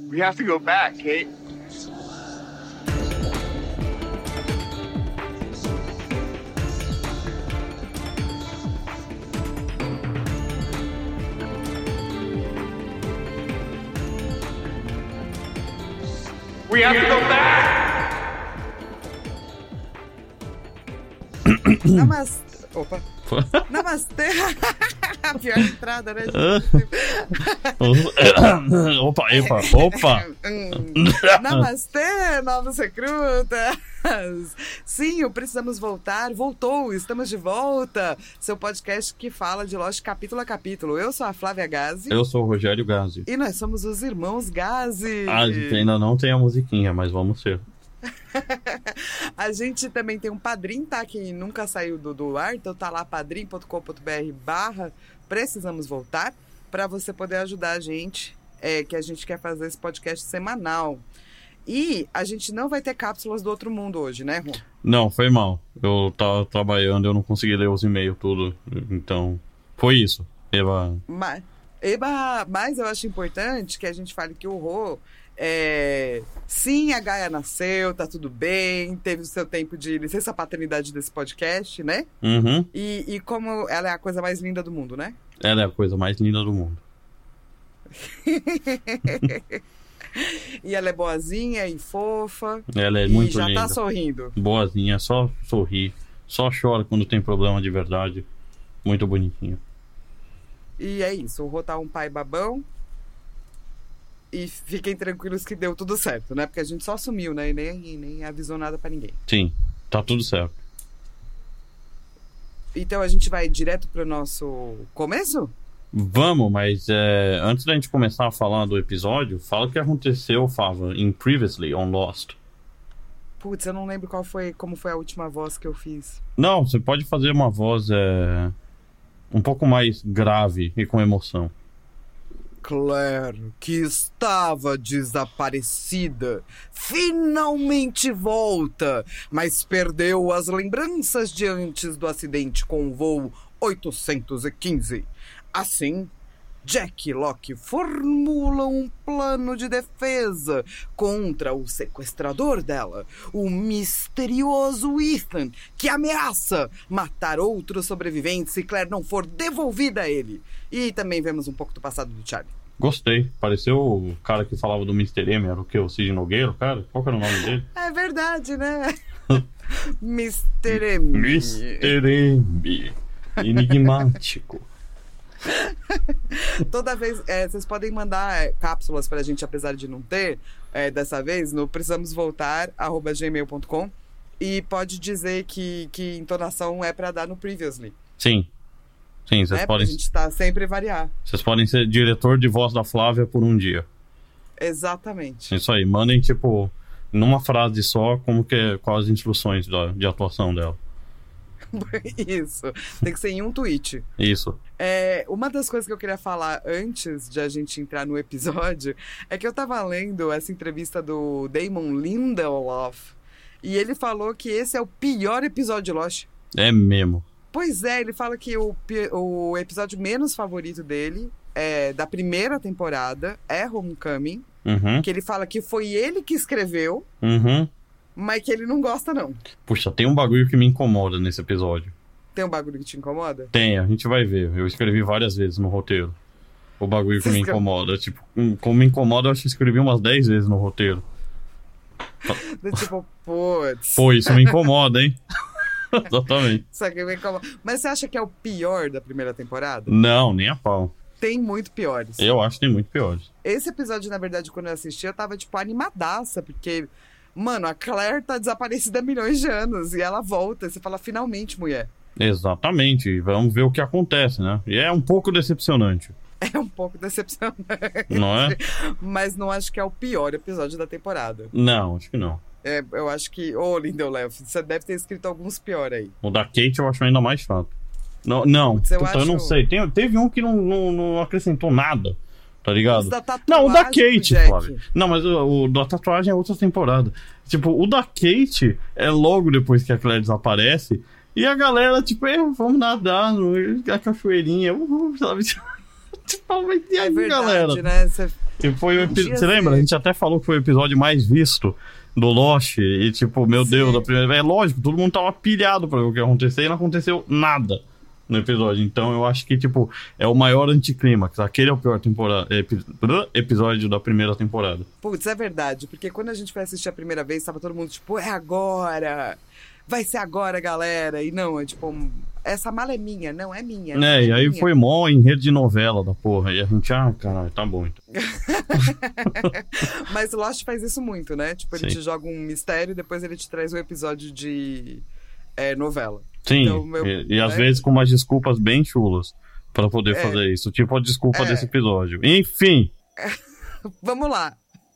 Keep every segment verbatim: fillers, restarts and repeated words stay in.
We have to go back, Kate. We have to go back! Namastê. Opa. Namastê. A pior entrada, né? Opa, epa, opa. Namastê, novos recrutas. Sim, o Precisamos Voltar voltou, estamos de volta. Seu podcast que fala de Lost capítulo a capítulo. Eu sou a Flávia Gazi. Eu sou o Rogério Gazi. E nós somos os irmãos Gazi. Ah, a gente ainda não tem a musiquinha, mas vamos ser. A gente também tem um padrinho, tá? Que nunca saiu do, do ar, então tá lá padrim.com.br barra Precisamos Voltar, pra você poder ajudar a gente, é, que a gente quer fazer esse podcast semanal. E a gente não vai ter cápsulas do outro mundo hoje, né, Ron? Não, foi mal. Eu tava trabalhando, eu não consegui ler os e-mails tudo, então foi isso. Eba... Mas, eba, mas eu acho importante que a gente fale que o Rô... É... Sim, a Gaia nasceu, tá tudo bem, teve o seu tempo de licença paternidade desse podcast, né? Uhum. E, e como ela é a coisa mais linda do mundo, né? Ela é a coisa mais linda do mundo. E ela é boazinha e fofa. Ela é e muito já linda. Já tá sorrindo. Boazinha, só sorri. Só chora quando tem problema de verdade. Muito bonitinha. E é isso, o Rô tá um pai babão. E fiquem tranquilos que deu tudo certo, né? Porque a gente só sumiu, né? E nem, nem avisou nada pra ninguém. Sim, tá tudo certo. Então a gente vai direto pro nosso começo? Vamos, mas é, antes da gente começar a falar do episódio, fala o que aconteceu, Fava, em Previously on Lost. Putz, eu não lembro qual foi, como foi a última voz que eu fiz. Não, você pode fazer uma voz é, um pouco mais grave e com emoção. Claire, que estava desaparecida, finalmente volta, mas perdeu as lembranças de antes do acidente com o voo oitocentos e quinze. Assim, Jack e Locke formulam um plano de defesa contra o sequestrador dela, o misterioso Ethan, que ameaça matar outros sobreviventes se Claire não for devolvida a ele. E também vemos um pouco do passado do Charlie. Gostei. Pareceu o cara que falava do mister M, era o que? O Cid Nogueiro, cara? Qual que era o nome dele? É verdade, né? mister M. mister M. Enigmático. Toda vez, é, vocês podem mandar é, cápsulas pra gente, apesar de não ter, é, dessa vez, no precisamos voltar arroba gmail ponto com, e pode dizer que, que entonação é pra dar no Previously. Sim. Sim, vocês né? podem... Pra gente tá sempre variar. Vocês podem ser diretor de voz da Flávia por um dia. Exatamente. Isso aí, mandem, tipo, numa frase só, como que é, quais as instruções da, de atuação dela. Isso, tem que ser em um tweet. Isso. É, uma das coisas que eu queria falar antes de a gente entrar no episódio é que eu tava lendo essa entrevista do Damon Lindelof e ele falou que esse é o pior episódio de Lost. É mesmo. Pois é, ele fala que o, o episódio menos favorito dele, é, da primeira temporada, é Homecoming. Uhum. Que ele fala que foi ele que escreveu, uhum. mas que ele não gosta, não. Puxa, tem um bagulho que me incomoda nesse episódio. Tem um bagulho que te incomoda? Tem, a gente vai ver. Eu escrevi várias vezes no roteiro. O bagulho Você que me escreve... incomoda. Tipo, como me incomoda, eu acho que escrevi umas dez vezes no roteiro. Tipo, putz. Pô, isso me incomoda, hein? Exatamente. Isso aqui me incomoda. Mas você acha que é o pior da primeira temporada? Não, nem a pau. Tem muito piores. Eu acho que tem muito piores. Esse episódio, na verdade, quando eu assisti, eu tava, tipo, animadaça, porque, mano, a Claire tá desaparecida há milhões de anos e ela volta. E você fala, finalmente, mulher. Exatamente. Vamos ver o que acontece, né? E é um pouco decepcionante. É um pouco decepcionante. Não é? Mas não acho que é o pior episódio da temporada. Não, acho que não. É, eu acho que... Ô, oh, Lindelof, você deve ter escrito alguns pior aí. O da Kate eu acho ainda mais chato. Não, não, Putz, eu, puta, acho... eu não sei. Tem, teve um que não, não, não acrescentou nada, tá ligado? Da não, o da Kate, Jack. Flávio. Não, mas o, o da tatuagem é outra temporada. Tipo, o da Kate é logo depois que a Claire desaparece e a galera, tipo, é, vamos nadar no, a cachoeirinha, uhul, sabe? Tipo, mas e aí, é verdade, galera? Né? Você E foi o epi- Podia Você lembra? ser. A gente até falou que foi o episódio mais visto do Lost. E tipo, meu Sim. Deus, a primeira... é lógico, todo mundo tava pilhado pra ver o que ia acontecer e não aconteceu nada no episódio. Então eu acho que, tipo, é o maior anticlímax. Aquele é o pior temporada, epi- episódio da primeira temporada. Putz, é verdade, porque quando a gente foi assistir a primeira vez, tava todo mundo tipo, é agora! Vai ser agora, galera! E não, é tipo, essa mala é minha, não é minha. não É, e aí minha. foi mó enredo de novela da porra. E a gente, ah, caralho, tá bom então. Mas o Lost faz isso muito, né? Tipo, ele Sim. te joga um mistério e depois ele te traz um episódio de é, novela. Sim, Então, meu- e, e às né? vezes com umas desculpas bem chulas pra poder É. fazer isso. Tipo a desculpa É. desse episódio. Enfim, Vamos lá.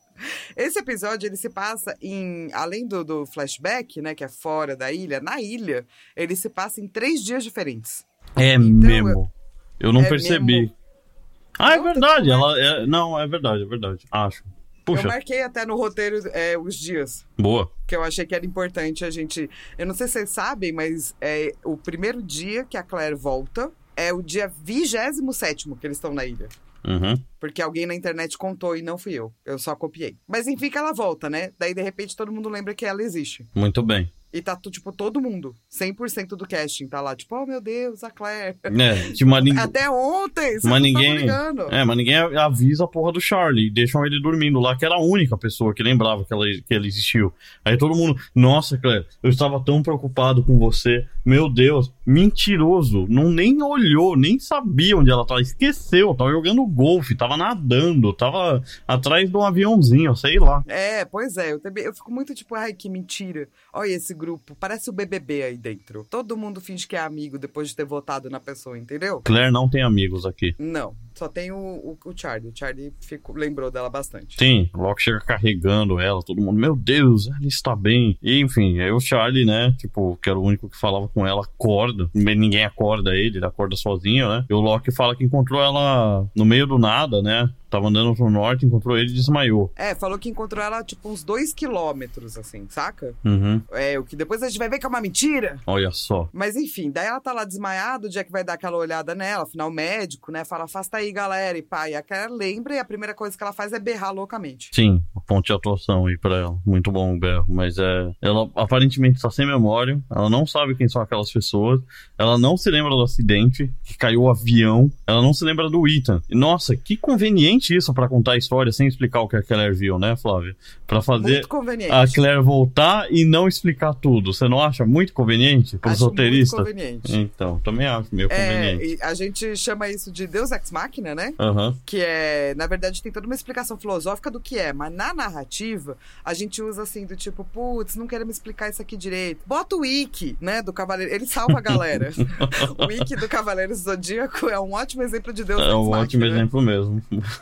Esse episódio, ele se passa em... Além do, do flashback, né? Que é fora da ilha. Na ilha, ele se passa em três dias diferentes. é Então, mesmo. Eu não é percebi. mesmo. Ah, é Não, verdade. tanto Ela é... Não, é verdade, é verdade. Acho. Eu Puxa, marquei até no roteiro é, os dias. boa. Que eu achei que era importante a gente... Eu não sei se vocês sabem, mas é o primeiro dia que a Claire volta é o dia vigésimo sétimo que eles estão na ilha. Uhum. Porque alguém na internet contou e não fui eu. Eu só copiei. Mas enfim que ela volta, né? Daí, de repente, todo mundo lembra que ela existe. Muito bem. E tá, tipo, todo mundo. cem por cento do casting tá lá. Tipo, oh, meu Deus, a Claire. É, tipo, mas, nin- Até ontem, vocês mas não ninguém. estavam ligando. É, mas ninguém avisa a porra do Charlie. Deixam ele dormindo lá, que era a única pessoa que lembrava que, ela, que ele existiu. Aí todo mundo, nossa, Claire, eu estava tão preocupado com você. Meu Deus, mentiroso. Não nem olhou, nem sabia onde ela tava. Esqueceu, tava jogando golfe, tava nadando, tava atrás de um aviãozinho, sei lá. É, pois é. Eu, também, eu fico muito tipo, ai, que mentira. Olha esse grupo, parece o B B B aí dentro. Todo mundo finge que é amigo depois de ter votado na pessoa, entendeu? Claire não tem amigos aqui. Não, só tem o, o, o Charlie. O Charlie ficou, lembrou dela bastante. Sim, logo chega carregando ela, todo mundo, meu Deus, ela está bem. E enfim, aí o Charlie, né, tipo, que era o único que falava com ela, acorda. Ninguém acorda ele, ele acorda sozinho, né? E o Loki fala que encontrou ela no meio do nada, né? Tava andando pro norte, encontrou ele e desmaiou. É, falou que encontrou ela, tipo, uns dois quilômetros, assim, saca? Uhum, É, o que depois a gente vai ver que é uma mentira. olha só. Mas enfim, daí ela tá lá desmaiada, o Jack vai dar aquela olhada nela, afinal, o médico, né? Fala, afasta aí, galera, e pá. E a Claire lembra e a primeira coisa que ela faz é berrar loucamente. Sim, ponte de atuação aí pra ela. Muito bom o berro. Mas é. Ela aparentemente está sem memória. Ela não sabe quem são aquelas pessoas. Ela não se lembra do acidente, que caiu o avião. Ela não se lembra do Ethan. E, nossa, que conveniente isso pra contar a história sem explicar o que a Claire viu, né, Flávia? Pra fazer Muito conveniente. a Claire voltar e não explicar tudo. Você não acha muito conveniente pros Acho roteiristas? muito conveniente. Então, também acho meio É, conveniente. e a gente chama isso de Deus Ex Machina, né? Aham. Que é, na verdade, tem toda uma explicação filosófica do que é, mas na narrativa, a gente usa assim, do tipo, putz, não queremos explicar isso aqui direito. Bota o wiki, né, do Cavaleiro, ele salva a galera. O wiki do Cavaleiro Zodíaco é um ótimo exemplo de Deus É Ex um Machina, ótimo né? exemplo mesmo.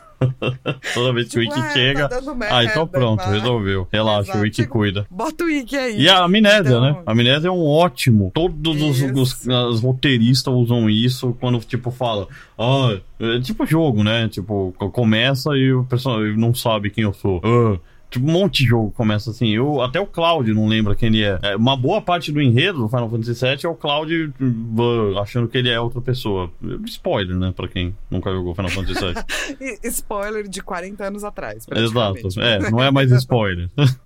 Toda vez que o Tipo, Wiki ah, chega. tá dando merda, Ah, então pronto, vai. resolveu. Relaxa, Exato. o Wiki Chega- cuida. Bota o wiki aí. E a amnésia, Então- né? A amnésia é um ótimo. Todos os, Isso. os- os roteiristas usam isso quando, tipo, fala. Ah, é tipo jogo, né? Tipo, começa e o personagem não sabe quem eu sou. Ah. Tipo, um monte de jogo começa assim. Eu, até o Cloud não lembra quem ele é. É, uma boa parte do enredo do Final Fantasy sete é o Cloud uh, achando que ele é outra pessoa. Spoiler, né? Pra quem nunca jogou Final Fantasy sete. E- Spoiler de quarenta anos atrás, Exato. praticamente. É, não é mais spoiler.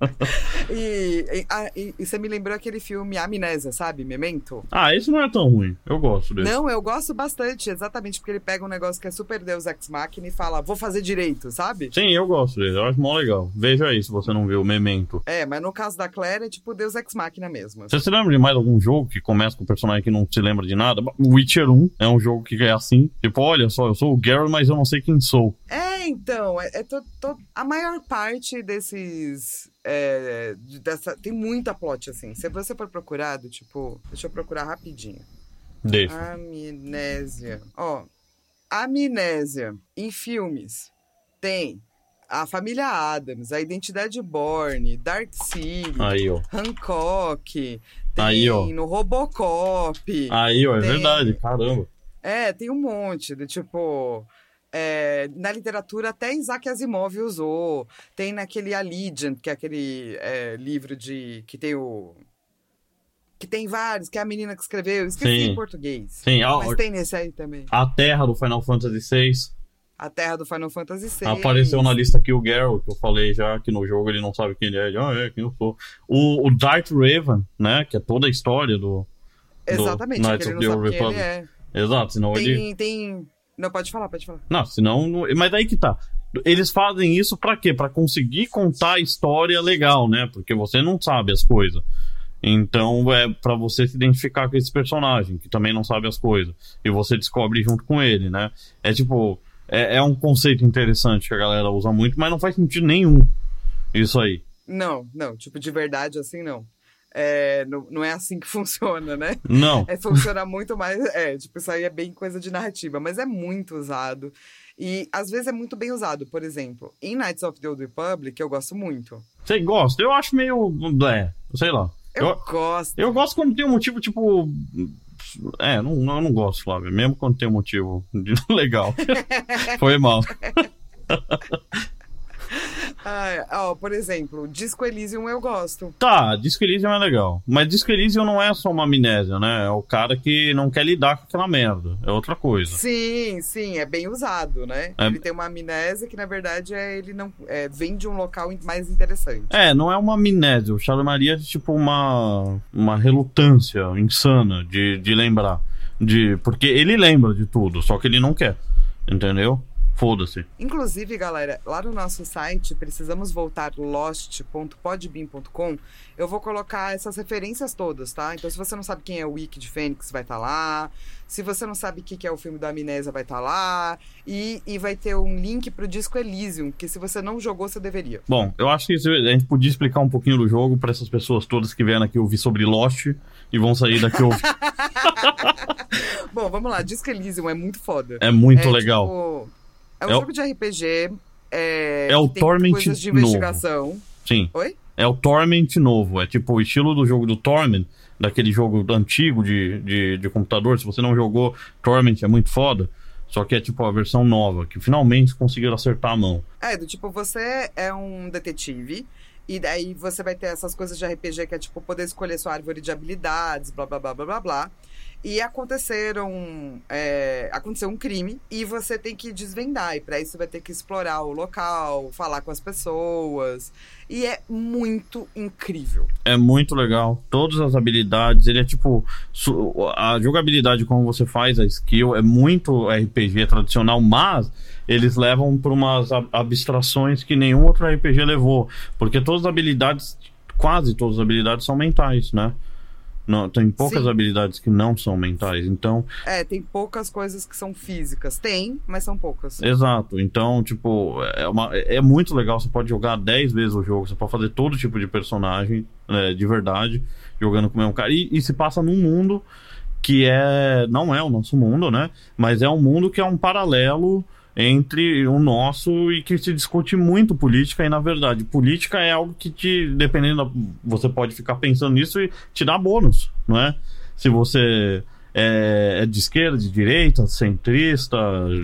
E, e, ah, e- e você me lembrou aquele filme Amnésia, sabe? Memento? Ah, esse não é tão ruim. Eu gosto dele. Não, eu gosto bastante, exatamente porque ele pega um negócio que é super Deus Ex Machina e fala, vou fazer direito, sabe? Sim, eu gosto dele. Eu acho mó legal. Veja aí se você não viu o Memento. É, mas no caso da Claire é tipo Deus Ex Machina mesmo. Você se lembra de mais algum jogo que começa com um personagem que não se lembra de nada? O Witcher um é um jogo que é assim. Tipo, olha só, eu sou o Geralt, mas eu não sei quem sou. É, então, é, é to- to- a maior parte desses... é, de- dessa, tem muita plot, assim. Se você for procurado, tipo... Deixa eu procurar rapidinho. Deixa. Amnésia. Ó, Amnésia em filmes tem a família Addams, a Identidade Borne, Dark City, Aí, ó. Hancock, tem Aí, ó. no Robocop. Aí, ó, é Tem. verdade. Caramba. É, tem um monte de tipo. É, na literatura, até Isaac Asimov usou. Tem naquele Allegiant, que é aquele é, livro de. Que tem o. Que tem vários, que é a menina que escreveu. Esqueci Sim. em português. Sim, a, Mas tem nesse aí também. a Terra do Final Fantasy seis. A Terra do Final Fantasy seis. Apareceu na lista aqui o Geralt, que eu falei já, que no jogo ele não sabe quem ele é. Ele, ah, é, quem eu sou. O, o Darth Raven, né, que é toda a história do... Exatamente, do que Knights ele of não the sabe Old quem ele Republic. é. Exato, senão Tem, ele... tem... Não, pode falar, pode falar. Não, senão... não- Mas daí que tá. Eles fazem isso pra quê? Pra conseguir contar a história legal, né? Porque você não sabe as coisas. Então é pra você se identificar com esse personagem, que também não sabe as coisas. E você descobre junto com ele, né? É tipo... É, é um conceito interessante que a galera usa muito, mas não faz sentido nenhum isso aí. Não, não, tipo, de verdade, assim, não. É, não, não é assim que funciona, né? Não. É, funciona muito mais... É, tipo, isso aí é bem coisa de narrativa, mas é muito usado. E, às vezes, é muito bem usado. Por exemplo, em Knights of the Old Republic, eu gosto muito. Você gosta? Eu acho meio... É, sei lá. Eu, Eu, gosto. eu gosto quando tem um motivo, tipo... É, não, eu não gosto, Flávio. Mesmo quando tem um motivo legal. Foi mal. Ah, ó, por exemplo, Disco Elysium eu gosto. Tá, Disco Elysium é legal. Mas Disco Elysium não é só uma amnésia, né? É o cara que não quer lidar com aquela merda. É outra coisa. Sim, sim, é bem usado, né? É. Ele tem uma amnésia que, na verdade, é, ele não é, vem de um local mais interessante. É, não é uma amnésia. Eu chamaria de tipo uma, uma relutância insana de, de lembrar. De, porque ele lembra de tudo, só que ele não quer. Entendeu? Foda-se. Inclusive, galera, lá no nosso site, precisamos voltar lost ponto podbean ponto com, eu vou colocar essas referências todas, tá? Então, se você não sabe quem é o Wiki de Fênix, vai estar lá. Se você não sabe o que é o filme da Amnésia, vai estar lá. E, e vai ter um link pro Disco Elysium, que se você não jogou, você deveria. Bom, eu acho que isso- a gente podia explicar um pouquinho do jogo pra essas pessoas todas que vieram aqui ouvir sobre Lost e vão sair daqui ouvir. Bom, vamos lá. Disco Elysium é muito foda. É muito É, legal. tipo, é um É o- jogo de R P G. É, É o que tem Torment coisas de novo. investigação. Sim. Oi? É o Torment novo. É tipo o estilo do jogo do Torment, daquele jogo antigo de, de, de computador. Se você não jogou, Torment é muito foda. Só que é tipo a versão nova, que finalmente conseguiram acertar a mão. É, do tipo, você é um detetive. E daí você vai ter essas coisas de R P G que é tipo poder escolher sua árvore de habilidades, blá blá blá blá blá blá. E aconteceram. É, aconteceu um crime e você tem que desvendar. E pra isso você vai ter que explorar o local, falar com as pessoas. E é muito incrível. É muito legal. Todas as habilidades, ele é tipo. su- A jogabilidade, como você faz, a skill, é muito R P G tradicional, mas eles levam para umas ab- abstrações que nenhum outro R P G levou. Porque todas as habilidades, quase todas as habilidades são mentais, né? Não, tem poucas Sim. habilidades que não são mentais. Então, É, tem poucas coisas que são físicas. Tem, mas são poucas. exato. Então, tipo, é, uma, é muito legal. Você pode jogar dez vezes o jogo. Você pode fazer todo tipo de personagem, né, de verdade, jogando com o mesmo cara. E, e se passa num mundo que é... Não é o nosso mundo, né? Mas é um mundo que é um paralelo entre o nosso e que se discute muito política. E, na verdade, política é algo que te... Dependendo da, você pode ficar pensando nisso e te dá bônus, não é? Se você... É, é de esquerda, de direita, centrista,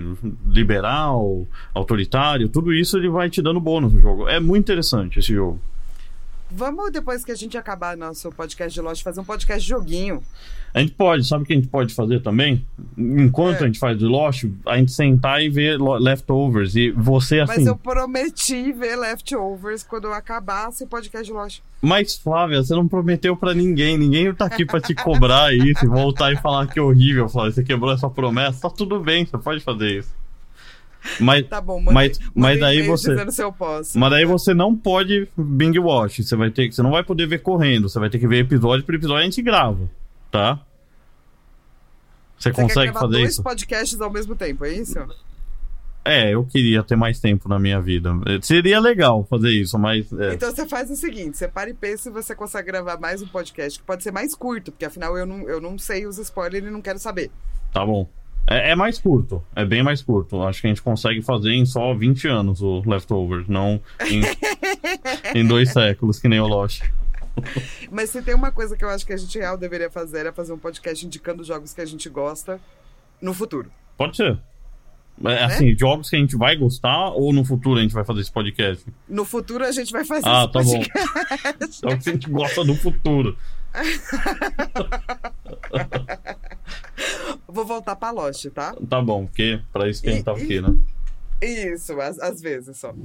liberal, autoritário, tudo isso ele vai te dando bônus no jogo. É muito interessante esse jogo. Vamos, depois que a gente acabar nosso podcast de Lost, fazer um podcast de joguinho. A gente pode, sabe o que a gente pode fazer também? Enquanto É. a gente faz de Lost, a gente sentar e ver lo- Leftovers. E você, assim... Mas eu prometi ver Leftovers quando eu acabasse o podcast de Lost. Mas, Flávia, você não prometeu pra ninguém. Ninguém tá aqui pra te cobrar isso e voltar e falar que é horrível. Flávia, você quebrou essa promessa. Tá tudo bem, você pode fazer isso. Mas, Tá bom, manda, mas, mas manda daí e-mail você... dizendo se eu posso. Mas daí você não pode binge watch. Você vai ter que, você não vai poder ver correndo. Você vai ter que ver episódio por episódio e a gente grava, tá? Você, Você quer consegue gravar fazer dois isso? podcasts ao mesmo tempo, é isso? É, eu queria ter mais tempo na minha vida. Seria legal fazer isso, mas é, Então você faz o seguinte, você para e pensa se você consegue gravar mais um podcast, que pode ser mais curto, porque afinal eu não, eu não sei os spoilers e não quero saber. tá bom. É, é mais curto, é bem mais curto. Acho que a gente consegue fazer em só vinte anos o Leftovers, não em, em dois séculos, que nem o Lost. Mas se tem uma coisa que eu acho que a gente real deveria fazer, é fazer um podcast indicando jogos que a gente gosta no futuro. Pode ser. É, assim, jogos que a gente vai gostar ou no futuro a gente vai fazer esse podcast? No futuro a gente vai fazer Ah, esse tá bom. podcast. Jogos que a gente gosta do futuro. Vou voltar pra Lost, tá? Tá bom, porque pra isso que a gente E- tava e- aqui, né? Isso, às, às vezes só.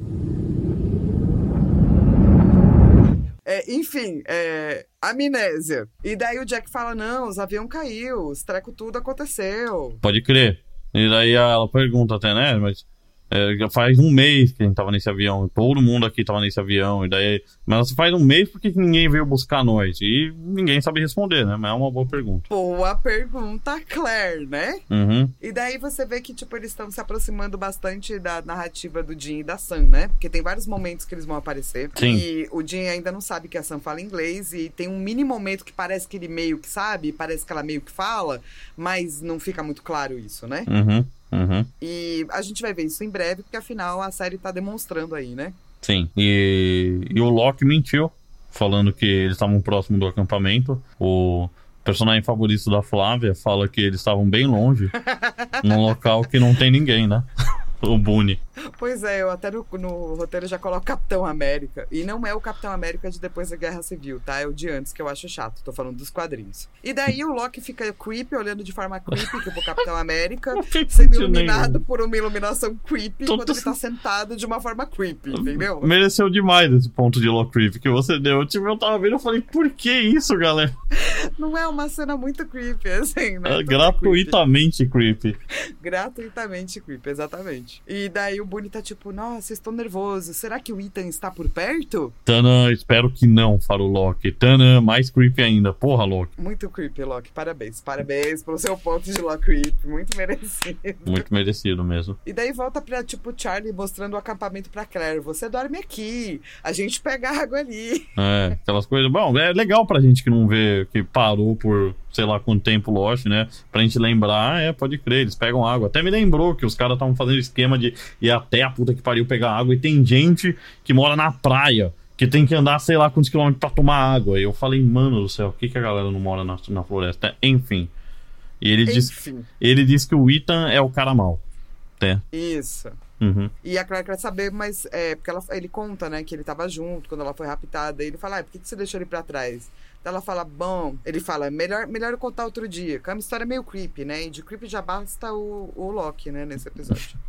É, enfim, é, amnésia. E daí o Jack fala, não, os aviões caiu, os treco tudo aconteceu. Pode crer. E daí ela pergunta até, né, mas... É, faz um mês que a gente tava nesse avião, todo mundo aqui tava nesse avião, e daí, mas faz um mês porque ninguém veio buscar nós? E ninguém sabe responder, né? Mas é uma boa pergunta. Boa pergunta, Claire, né? Uhum. E daí você vê que, tipo, eles estão se aproximando bastante da narrativa do Jim e da Sam, né? Porque tem vários momentos que eles vão aparecer. Sim. E o Jim ainda não sabe que a Sam fala inglês, e tem um mini momento que parece que ele meio que sabe, parece que ela meio que fala, mas não fica muito claro isso, né? Uhum. Uhum. E a gente vai ver isso em breve, porque afinal a série tá demonstrando aí, né? Sim, e, e o Locke mentiu, falando que eles estavam próximo do acampamento. O personagem favorito da Flávia fala que eles estavam bem longe, num local que não tem ninguém, né? O Boone. Pois é, eu até no, no roteiro já coloco Capitão América. E não é o Capitão América de depois da Guerra Civil, tá? É o de antes, que eu acho chato. Tô falando dos quadrinhos. E daí o Loki fica creepy, olhando de forma creepy, tipo o Capitão América, sendo iluminado nenhum. por uma iluminação creepy, Tô quando ele tá sentado de uma forma creepy, entendeu? Mereceu demais esse ponto de Loki creepy que você deu. Tipo, eu tava vendo e falei, por que isso, galera? Não é uma cena muito creepy, assim, né? É, gratuitamente creepy. creepy. Gratuitamente creepy, exatamente. E daí o Boone tá tipo, nossa, estou nervoso. Será que o Ethan está por perto? Tanã, espero que não, fala o Loki. Tanã, mais creepy ainda. Porra, Loki. Muito creepy, Loki. Parabéns. Parabéns pelo seu ponto de Loki creepy. Muito merecido. Muito merecido mesmo. E daí volta pra, tipo, Charlie mostrando o acampamento pra Claire. Você dorme aqui. A gente pega água ali. É, aquelas coisas. Bom, é legal pra gente que não vê, que parou por... sei lá quanto tempo Lost, né? Pra gente lembrar, é, pode crer, eles pegam água. Até me lembrou que os caras estavam fazendo esquema de ir até a puta que pariu pegar água, e tem gente que mora na praia, que tem que andar sei lá quantos quilômetros pra tomar água. E eu falei, mano do céu, por que, que a galera não mora na, na floresta? Enfim. E ele diz, ele diz que o Ethan é o cara mau. É. Isso. Uhum. E a Claire quer saber, mas é, porque ela, ele conta, né, que ele tava junto quando ela foi raptada. E ele fala, ah, por que, que você deixou ele pra trás? Então ela fala, bom, ele fala, melhor, melhor eu contar outro dia, que é uma história meio creepy, né? E de creepy já basta o, o Loki, né, nesse episódio.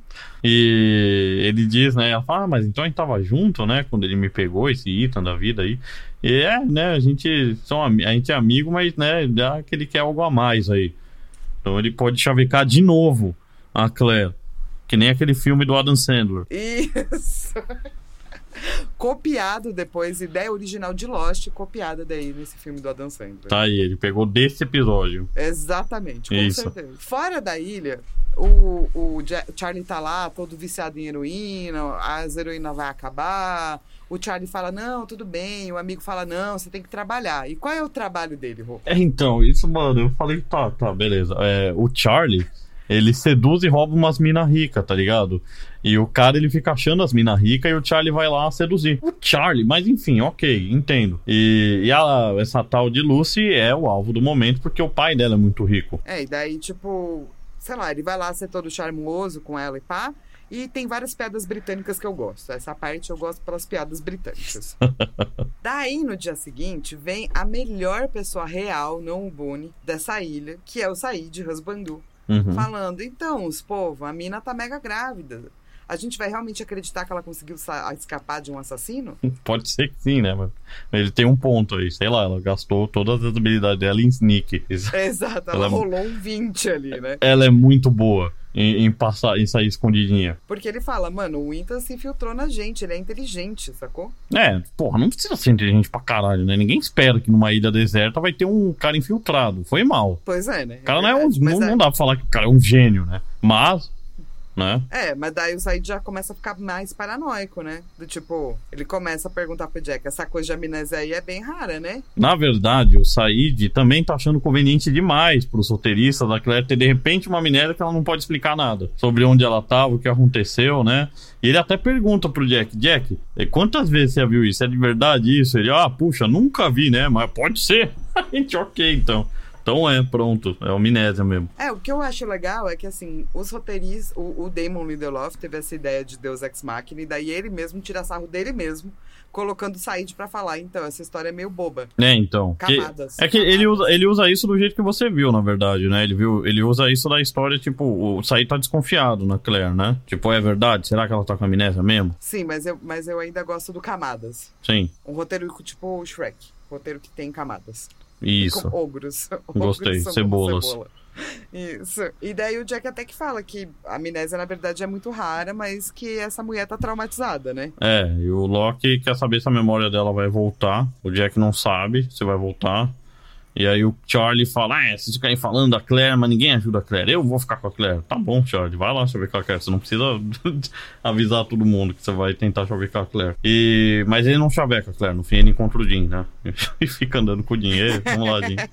E ele diz, né, ela fala, ah, mas então a gente tava junto, né, quando ele me pegou, esse Ethan da vida aí. E é, né, a gente, são, a gente é amigo, mas, né, dá que ele quer algo a mais aí. Então ele pode chavecar de novo a Claire, que nem aquele filme do Adam Sandler. Isso! Copiado depois, ideia original de Lost, copiada daí nesse filme do Adam Sandler. Tá aí, ele pegou desse episódio. Exatamente, com Isso. certeza. Fora da ilha, o, o Charlie tá lá, todo viciado em heroína, as heroínas vai acabar. O Charlie fala, não, tudo bem. O amigo fala, não, você tem que trabalhar. E qual é o trabalho dele, Rô? É, então, isso, mano, eu falei, tá, tá, beleza. É, o Charlie, ele seduz e rouba umas minas ricas, tá ligado? E o cara, ele fica achando as minas ricas e o Charlie vai lá seduzir. O Charlie, mas enfim, ok, entendo. E, e a, essa tal de Lucy é o alvo do momento, porque o pai dela é muito rico. É, e daí, tipo, sei lá, ele vai lá ser todo charmoso com ela e pá. E tem várias piadas britânicas que eu gosto. Essa parte eu gosto pelas piadas britânicas. Daí, no dia seguinte, vem a melhor pessoa real, não o Boone, dessa ilha, que é o Said Husbandu. Uhum. Falando, então, os povo, a mina tá mega grávida. A gente vai realmente acreditar que ela conseguiu escapar de um assassino? Pode ser que sim, né? Mas ele tem um ponto aí, sei lá, ela gastou todas as habilidades dela em sneak. Exato, ela, ela rolou um vinte ali, né? Ela é muito boa em, em passar, em sair escondidinha. Porque ele fala, mano, o Ethan se infiltrou na gente, ele é inteligente, sacou? É, porra, não precisa ser inteligente pra caralho, né? Ninguém espera que numa ilha deserta vai ter um cara infiltrado. Foi mal. Pois é, né? O cara é não é um, verdade, não, é... não dá pra falar que o cara é um gênio, né? Mas... né? É, mas daí o Said já começa a ficar mais paranoico, né? Do tipo, ele começa a perguntar pro Jack, essa coisa de amnésia aí é bem rara, né? Na verdade, o Said também tá achando conveniente demais pros roteiristas da Claire ter de repente uma amnésia que ela não pode explicar nada sobre onde ela tava, o que aconteceu, né? E ele até pergunta pro Jack, Jack, quantas vezes você já viu isso? É de verdade isso? Ele, ah, puxa, nunca vi, né? Mas pode ser. A gente, ok, então. Então é, pronto. É amnésia mesmo. É, o que eu acho legal é que, assim, os roteiristas... O, o Damon Lindelof teve essa ideia de Deus Ex Machina, e daí ele mesmo tira sarro dele mesmo, colocando o Said pra falar. Então, essa história é meio boba. É, então. Camadas. Que, é que camadas. ele usa, ele usa isso do jeito que você viu, na verdade, né? Ele, viu, ele usa isso da história, tipo, o Said tá desconfiado na Claire, né? Tipo, é verdade? Será que ela tá com amnésia mesmo? Sim, mas eu, mas eu ainda gosto do Camadas. Sim. Um roteiro tipo o Shrek. Um roteiro que tem camadas. Isso. Com ogros. Gostei. Ogros são Cebolas. cebola. Isso. E daí o Jack até que fala que a amnésia, na verdade, é muito rara, mas que essa mulher tá traumatizada, né? É, e o Loki quer saber se a memória dela vai voltar. O Jack não sabe se vai voltar. E aí o Charlie fala, ah, vocês ficarem falando da Claire, mas ninguém ajuda a Claire. Eu vou ficar com a Claire. Tá bom, Charlie, vai lá chavecar a Claire. Você não precisa avisar todo mundo que você vai tentar chavecar a Claire. E... Mas ele não chaveca a Claire. No fim ele encontra o Jean, né? E fica andando com o Jean. Ei, vamos lá, Jean.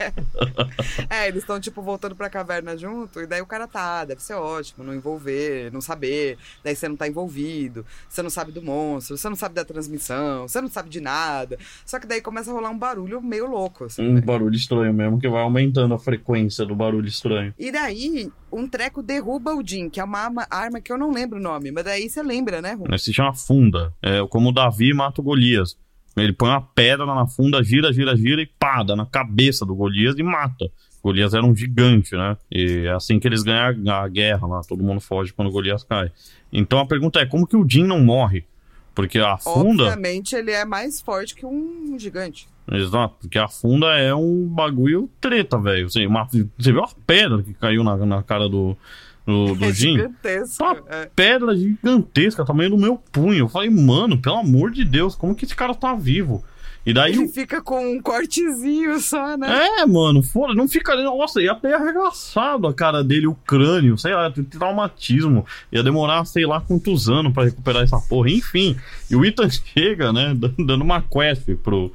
É, eles estão, tipo, voltando pra caverna junto. E daí o cara tá, deve ser ótimo, não envolver, não saber. Daí você não tá envolvido. Você não sabe do monstro, você não sabe da transmissão, você não sabe de nada. Só que daí começa a rolar um barulho meio louco, assim, Um né? barulho estranho mesmo, que vai aumentando a frequência do barulho estranho. E daí, um treco derruba o Jean, que é uma arma, arma que eu não lembro o nome, mas daí você lembra, né, Rum? Se chama funda. É como o Davi mata o Golias. Ele põe uma pedra na funda, gira, gira, gira e pá, dá na cabeça do Golias e mata. O Golias era um gigante, né? E é assim que eles ganham a guerra lá. Todo mundo foge quando o Golias cai. Então a pergunta é, como que o Jean não morre? Porque a funda... Obviamente ele é mais forte que um gigante. Exato, porque a funda é um bagulho treta, velho. Assim, uma... Você viu a pedra que caiu na, na cara do, do, do É Jean? gigantesco. Uma É. pedra gigantesca, tamanho do meu punho. Eu falei, mano, pelo amor de Deus, como que esse cara tá vivo? E daí... Ele o- fica com um cortezinho só, né? É, mano, foda, não fica... Nossa, ia ter arregaçado a cara dele, o crânio, sei lá, traumatismo. Ia demorar, sei lá, quantos anos pra recuperar essa porra. Enfim, e o Ethan chega, né, dando uma quest pro...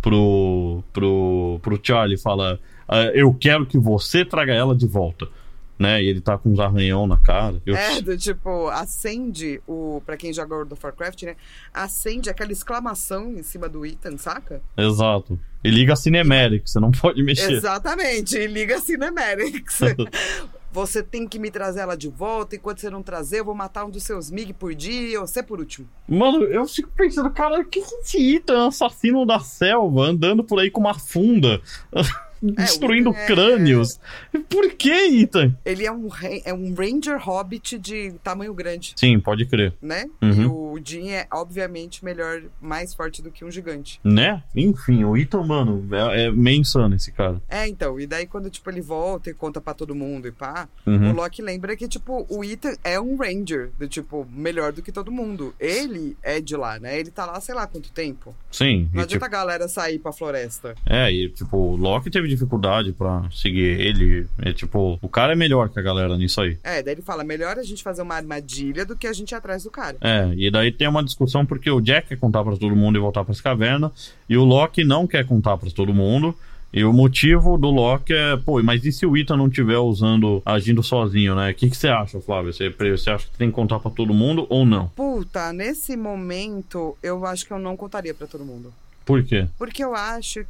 Pro, pro, pro Charlie, fala, "Ah, eu quero que você traga ela de volta, né? E ele tá com uns arranhão na cara. Eu... É, do tipo, acende o. Pra quem joga World of Warcraft, né? Acende aquela exclamação em cima do Ethan, saca? Exato. E liga a Cinematics, você não pode mexer. Exatamente, e liga a Cinematics. Você tem que me trazer ela de volta, enquanto você não trazer, eu vou matar um dos seus M I G por dia e você por último. Mano, eu fico pensando, cara, que esse Ethan assassino da selva andando por aí com uma funda, destruindo o Ethan é- crânios? Por que, Ethan? Ele é um, re- é um Ranger Hobbit de tamanho grande, Sim, pode crer. né? Uhum. E o Jean é, obviamente, melhor, mais forte do que um gigante. Né? Enfim, o Ethan, mano, é, é meio insano esse cara. É, então, e daí quando, tipo, ele volta e conta pra todo mundo e pá, Uhum. o Loki lembra que, tipo, o Ethan é um Ranger, do tipo, melhor do que todo mundo. Ele é de lá, né? Ele tá lá, sei lá quanto tempo. Sim. Não e, adianta tipo, a galera sair pra floresta. é, e tipo, o Loki teve dificuldade pra seguir ele. É, tipo, o cara é melhor que a galera nisso aí. É, daí ele fala, melhor a gente fazer uma armadilha do que a gente ir atrás do cara. É, e daí tem uma discussão porque o Jack quer contar pra todo mundo e voltar pras cavernas, e o Loki não quer contar pra todo mundo. E o motivo do Loki é, pô, mas e se o Ethan não estiver usando, agindo sozinho, né? O que que você acha, Flávio? Você, você acha que tem que contar pra todo mundo ou não? Puta, nesse momento, eu acho que eu não contaria pra todo mundo. Por quê? Porque eu acho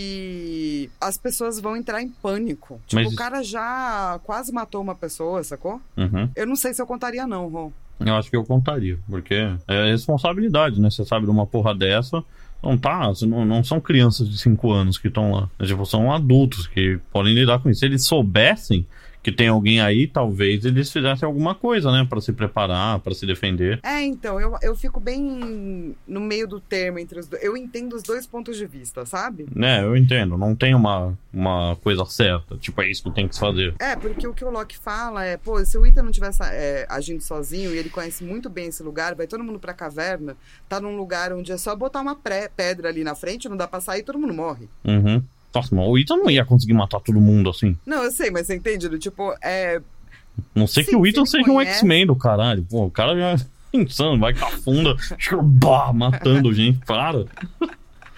que as pessoas vão entrar em pânico. Tipo, Mas- o cara já quase matou uma pessoa, sacou? Uhum. Eu não sei se eu contaria não, Ron. Eu acho que eu contaria, porque é responsabilidade, né? Você sabe de uma porra dessa, não tá, não, não são crianças de cinco anos que estão lá. Tipo, são adultos que podem lidar com isso. Se eles soubessem que tem alguém aí, talvez eles fizessem alguma coisa, né? Pra se preparar, pra se defender. É, então, eu, eu fico bem no meio do termo entre os dois. Eu entendo os dois pontos de vista, sabe? Né, eu entendo, não tem uma, uma coisa certa. Tipo, é isso que tem que se fazer. É, porque o que o Loki fala é, pô, se o Ethan não tivesse é, agindo sozinho e ele conhece muito bem esse lugar, vai todo mundo pra caverna, tá num lugar onde é só botar uma pré- pedra ali na frente, não dá pra sair e todo mundo morre. Uhum. Nossa, mas o Ethan não ia conseguir matar todo mundo assim. Não, eu sei, mas você entende? Do tipo, é... Não sei Sim, que o se Ethan ele seja um conhece- X-Men do caralho. Pô, o cara já é insano, vai com a funda, bah, matando gente. Para.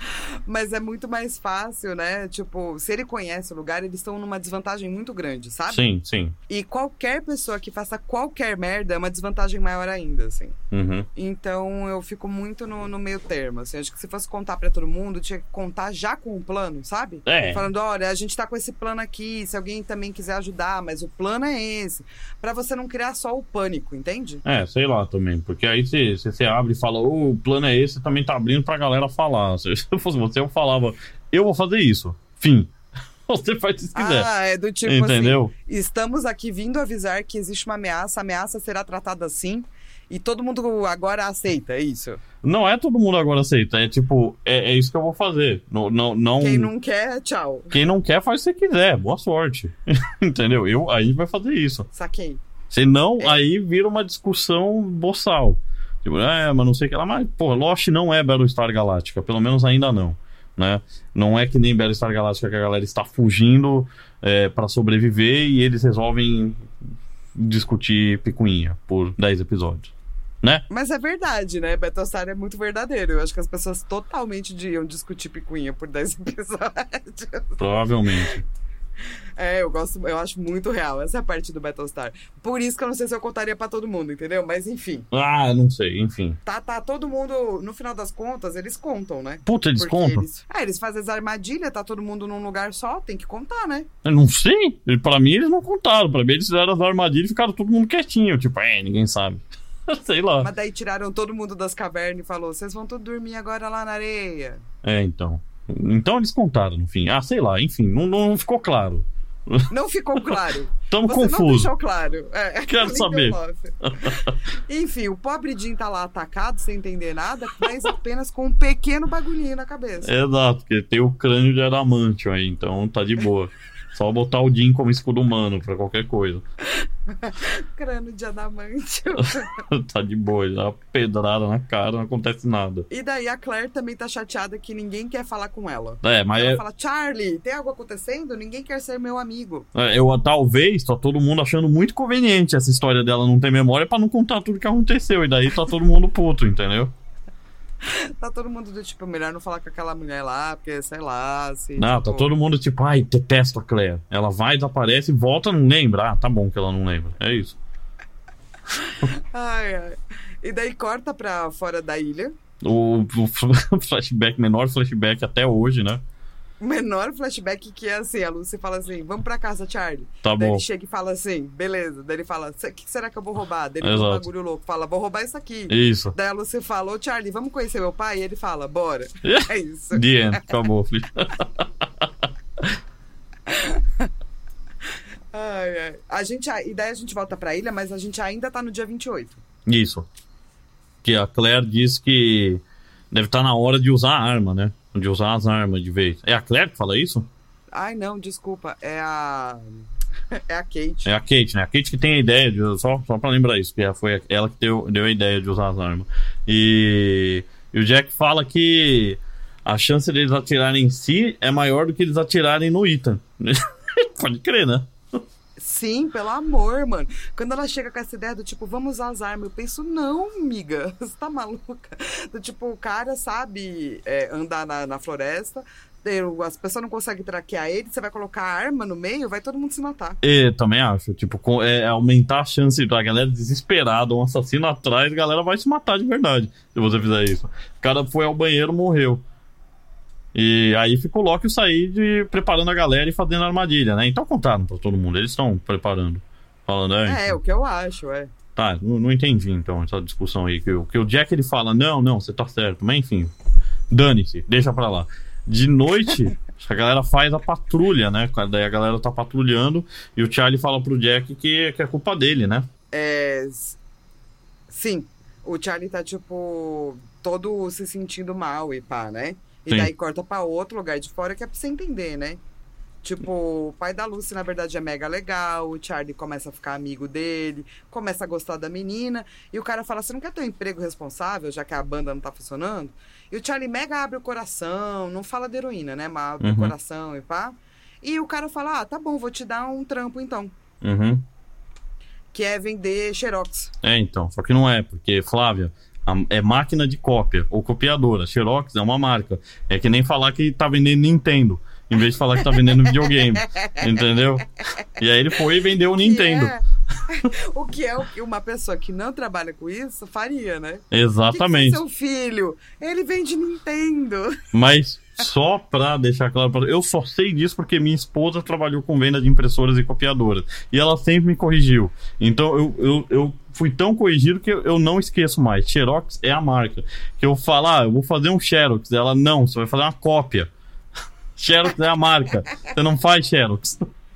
Mas é muito mais fácil, né? Tipo, se ele conhece o lugar, eles estão numa desvantagem muito grande, sabe? Sim, sim. E qualquer pessoa que faça qualquer merda é uma desvantagem maior ainda, assim. Uhum. Então eu fico muito no, no meio termo, assim. Acho que se fosse contar pra todo mundo, tinha que contar já com o plano, sabe? É. Falando, olha, a gente tá com esse plano aqui, se alguém também quiser ajudar, mas o plano é esse. Pra você não criar só o pânico, entende? É, sei lá também. Porque aí se você abre e fala, oh, o plano é esse, também tá abrindo pra galera falar. Se eu fosse você, eu falava, eu vou fazer isso. Fim. Você faz se quiser. Ah, é do tipo Entendeu? assim, estamos aqui vindo avisar que existe uma ameaça, a ameaça será tratada assim, e todo mundo agora aceita, é isso? Não é todo mundo agora aceita, é tipo, é, é isso que eu vou fazer. Não, não, não... Quem não quer, tchau. Quem não quer, faz se quiser, boa sorte. Entendeu? Eu, aí vai fazer isso. Saquei. Senão, É. aí vira uma discussão boçal. Tipo, é, mas não sei o que lá, mas, pô, Lost não é Battlestar Galactica, pelo menos ainda não. Né? Não é que nem Battlestar Galactica que a galera está fugindo é, para sobreviver e eles resolvem discutir picuinha por dez episódios, né? Mas é verdade, né? Battlestar é muito verdadeiro. Eu acho que as pessoas totalmente iam discutir picuinha por dez episódios. Provavelmente. É, eu gosto, eu acho muito real essa parte do Battlestar. Por isso que eu não sei se eu contaria pra todo mundo, entendeu? Mas enfim, Ah, não sei, enfim. tá, tá todo mundo, no final das contas, eles contam, né? Puta, eles Porque contam? Eles, é, eles fazem as armadilhas, tá todo mundo num lugar só, tem que contar, né? Eu não sei. Pra mim eles não contaram. Pra mim eles fizeram as armadilhas e ficaram todo mundo quietinho. Tipo, é, ninguém sabe. Sei lá. Mas daí tiraram todo mundo das cavernas e falou, vocês vão todos dormir agora lá na areia. É, então. Então eles contaram, no fim. Ah, sei lá, enfim, não, não ficou claro. Não ficou claro. Tamo Você confuso. não deixou claro. É, Quero nem saber. deu off. Enfim, o pobre Jim tá lá atacado, sem entender nada, mas apenas com um pequeno bagulhinho na cabeça. Exato, porque tem o crânio de adamantio aí, então tá de boa. Só botar o Jim como escudo humano pra qualquer coisa. Crânio de adamante. Tá de boa, dá uma pedrada na cara, não acontece nada. E daí a Claire também tá chateada que ninguém quer falar com ela. É, mas Ela é, fala, Charlie, tem algo acontecendo? Ninguém quer ser meu amigo. é, eu talvez tá todo mundo achando muito conveniente essa história dela não ter memória pra não contar tudo que aconteceu. E daí tá todo mundo puto, entendeu? Tá todo mundo do tipo, melhor não falar com aquela mulher lá, porque sei lá, assim. Não, tipo... tá todo mundo tipo, ai, detesto a Claire. Ela vai, desaparece, volta, não lembra. Ah, tá bom que ela não lembra. É isso. Ai, ai. E daí corta pra fora da ilha. O, o flashback, menor flashback até hoje, né? O menor flashback que é assim, a Lucy fala assim, vamos pra casa, Charlie. Tá Daí bom. ele chega e fala assim, beleza. Daí ele fala, o que será que eu vou roubar? Daí ele Exato. fala um bagulho louco, fala, vou roubar isso aqui. Isso. Daí a Lucy fala, ô Charlie, vamos conhecer meu pai? E ele fala, bora. É isso. The end. Acabou. Ai, ai. A gente, e daí a gente volta pra ilha, mas a gente ainda tá no dia vinte e oito. Isso. Que a Claire diz que deve estar na hora de usar a arma, né? De usar as armas de vez. É a Claire que fala isso? Ai, não, desculpa. É a... É a Kate. É a Kate, né? A Kate que tem a ideia de... Só, só pra lembrar isso, que foi ela que deu, deu a ideia de usar as armas. E... e o Jack fala que a chance deles atirarem em si é maior do que eles atirarem no Ethan. Pode crer, né? Sim, pelo amor, mano. Quando ela chega com essa ideia do tipo, vamos usar as armas, eu penso, não, amiga, você tá maluca? Do tipo, o cara sabe é, andar na, na floresta, eu, as pessoas não conseguem traquear ele, você vai colocar a arma no meio, vai todo mundo se matar. Eu também acho, tipo, com- é aumentar a chance da galera desesperada, um assassino atrás, a galera vai se matar de verdade, se você fizer isso. O cara foi ao banheiro, morreu. E aí ficou o Loki e o Said preparando a galera e fazendo a armadilha, né? Então contaram pra todo mundo, eles estão preparando. Falando, é, É, o que eu acho, é. tá, não, não entendi então essa discussão aí. Que, o- que o Jack ele fala, não, não, você tá certo, mas enfim, dane-se, deixa pra lá. De noite, a galera faz a patrulha, né? Daí a galera tá patrulhando e o Charlie fala pro Jack que, que é culpa dele, né? É, s- sim, o Charlie tá, tipo, todo se sentindo mal e pá, né? E Sim. daí corta pra outro lugar de fora que é pra você entender, né? Tipo, o pai da Lucy, na verdade, é mega legal, o Charlie começa a ficar amigo dele, começa a gostar da menina, e o cara fala, você não quer ter um emprego responsável, já que a banda não tá funcionando? E o Charlie mega abre o coração, não fala de heroína, né? Mas abre Uhum. o coração e pá. E o cara fala, ah, tá bom, vou te dar um trampo então, Uhum. que é vender xerox. É, então, só que não é, porque, Flávia, A- É máquina de cópia ou copiadora. Xerox é uma marca. É que nem falar que tá vendendo Nintendo, em vez de falar que tá vendendo videogame. Entendeu? E aí ele foi e vendeu o Nintendo. Que é- o que é o que uma pessoa que não trabalha com isso faria, né? Exatamente. O que que é seu filho? Ele vende Nintendo. Mas só pra deixar claro, pra... eu só sei disso porque minha esposa trabalhou com venda de impressoras e copiadoras. E ela sempre me corrigiu. Então eu, eu, eu fui tão corrigido que eu, eu não esqueço mais. Xerox é a marca. Que eu falo, ah, eu vou fazer um Xerox. Ela, não, você vai fazer uma cópia. Xerox é a marca. Você não faz Xerox.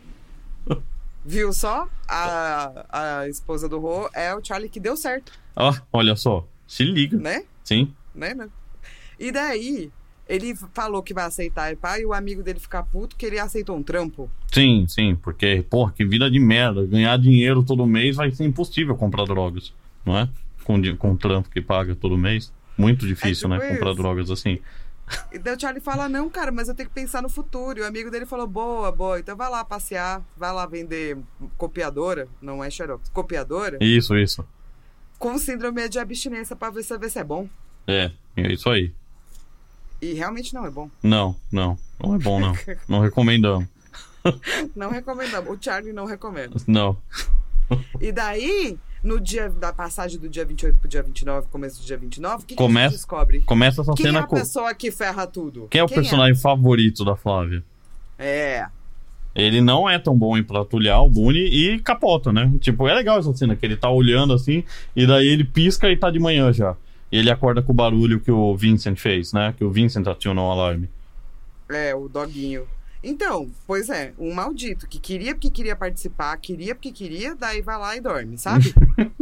Viu só? A, a esposa do Rô é o Charlie que deu certo, Ah, olha só. Se liga. né? Sim. né? né? E daí, ele falou que vai aceitar e pá, e o amigo dele ficar puto que ele aceitou um trampo. Sim, sim. Porque, porra, que vida de merda. Ganhar dinheiro todo mês vai ser impossível comprar drogas. Não é? Com, di- com o trampo que paga todo mês. Muito difícil, tipo né? Comprar isso. drogas assim. E daí o Charlie fala, não, cara, mas eu tenho que pensar no futuro. E o amigo dele falou, boa, boa, então vai lá passear, vai lá vender copiadora, não é Xerox, copiadora, Isso, isso. com síndrome de abstinência pra ver se, ver se é bom. É, é isso aí. E realmente não é bom. Não, não. Não é bom, não. Não recomendamos. Não recomendamos. O Charlie não recomenda. Não. E daí, no dia da passagem do dia vinte e oito pro dia vinte e nove, começo do dia vinte e nove, o que, que a Começa- gente descobre? Começa essa Quem é cena a com. pessoa que ferra tudo? Quem é o personagem favorito da Flávia? É. Ele não é tão bom em patrulhar o Boone e capota, né? Tipo, é legal essa cena, que ele tá olhando assim, e daí ele pisca e tá de manhã já. E ele acorda com o barulho que o Vincent fez, né? Que o Vincent acionou o alarme. É, o doguinho. Então, pois é, um maldito que queria porque queria participar, queria porque queria, daí vai lá e dorme, sabe?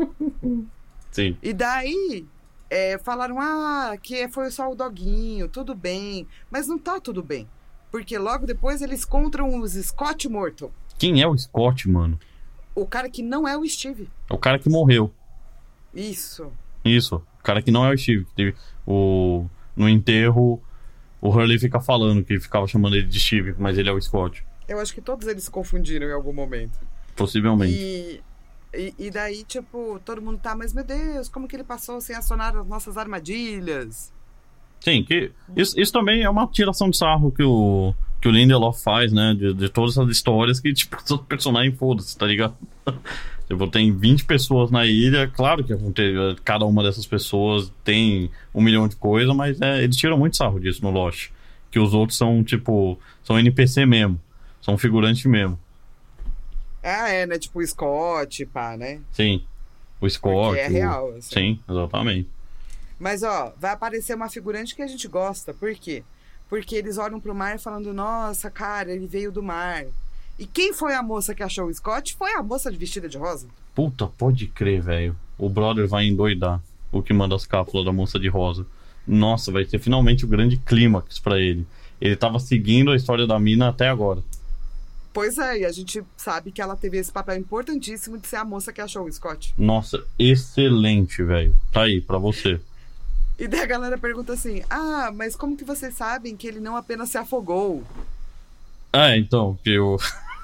Sim. E daí, é, falaram, ah, que foi só o doguinho, tudo bem. Mas não tá tudo bem. Porque logo depois eles encontram os Scott Morton. Quem é o Scott, mano? O cara que não é o Steve. É o cara que morreu. Isso. Isso. O cara que não é o Steve. Que teve o... No enterro, o Hurley fica falando que ficava chamando ele de Steve, mas ele é o Scott. Eu acho que todos eles se confundiram em algum momento. Possivelmente. E, e, e daí, tipo, todo mundo tá, mas meu Deus, como que ele passou sem acionar as nossas armadilhas? Sim, que isso, isso também é uma tiração de sarro que o, que o Lindelof faz, né? De, de todas essas histórias que, tipo, os personagens foda-se, tá ligado? Tipo, tem vinte pessoas na ilha, claro que aconte- cada uma dessas pessoas tem um milhão de coisas, mas é, eles tiram muito sarro disso no Lost. Que os outros são, tipo, são N P C mesmo, são figurantes mesmo. Ah, é, né? Tipo o Scott, pá, né? Sim, o Scott. Porque é o- real, assim. Sim, exatamente. Mas, ó, vai aparecer uma figurante que a gente gosta. Por quê? Porque eles olham pro mar falando, nossa, cara, ele veio do mar. E quem foi a moça que achou o Scott? Foi a moça de vestida de rosa. Puta, pode crer, velho. O brother vai endoidar. O que manda as cápsulas da moça de rosa. Nossa, vai ser finalmente o grande clímax pra ele. Ele tava seguindo a história da mina até agora. Pois é, e a gente sabe que ela teve esse papel importantíssimo de ser a moça que achou o Scott. Nossa, excelente, velho. Tá aí, pra você. E daí a galera pergunta assim, ah, mas como que vocês sabem que ele não apenas se afogou? É, então, que o.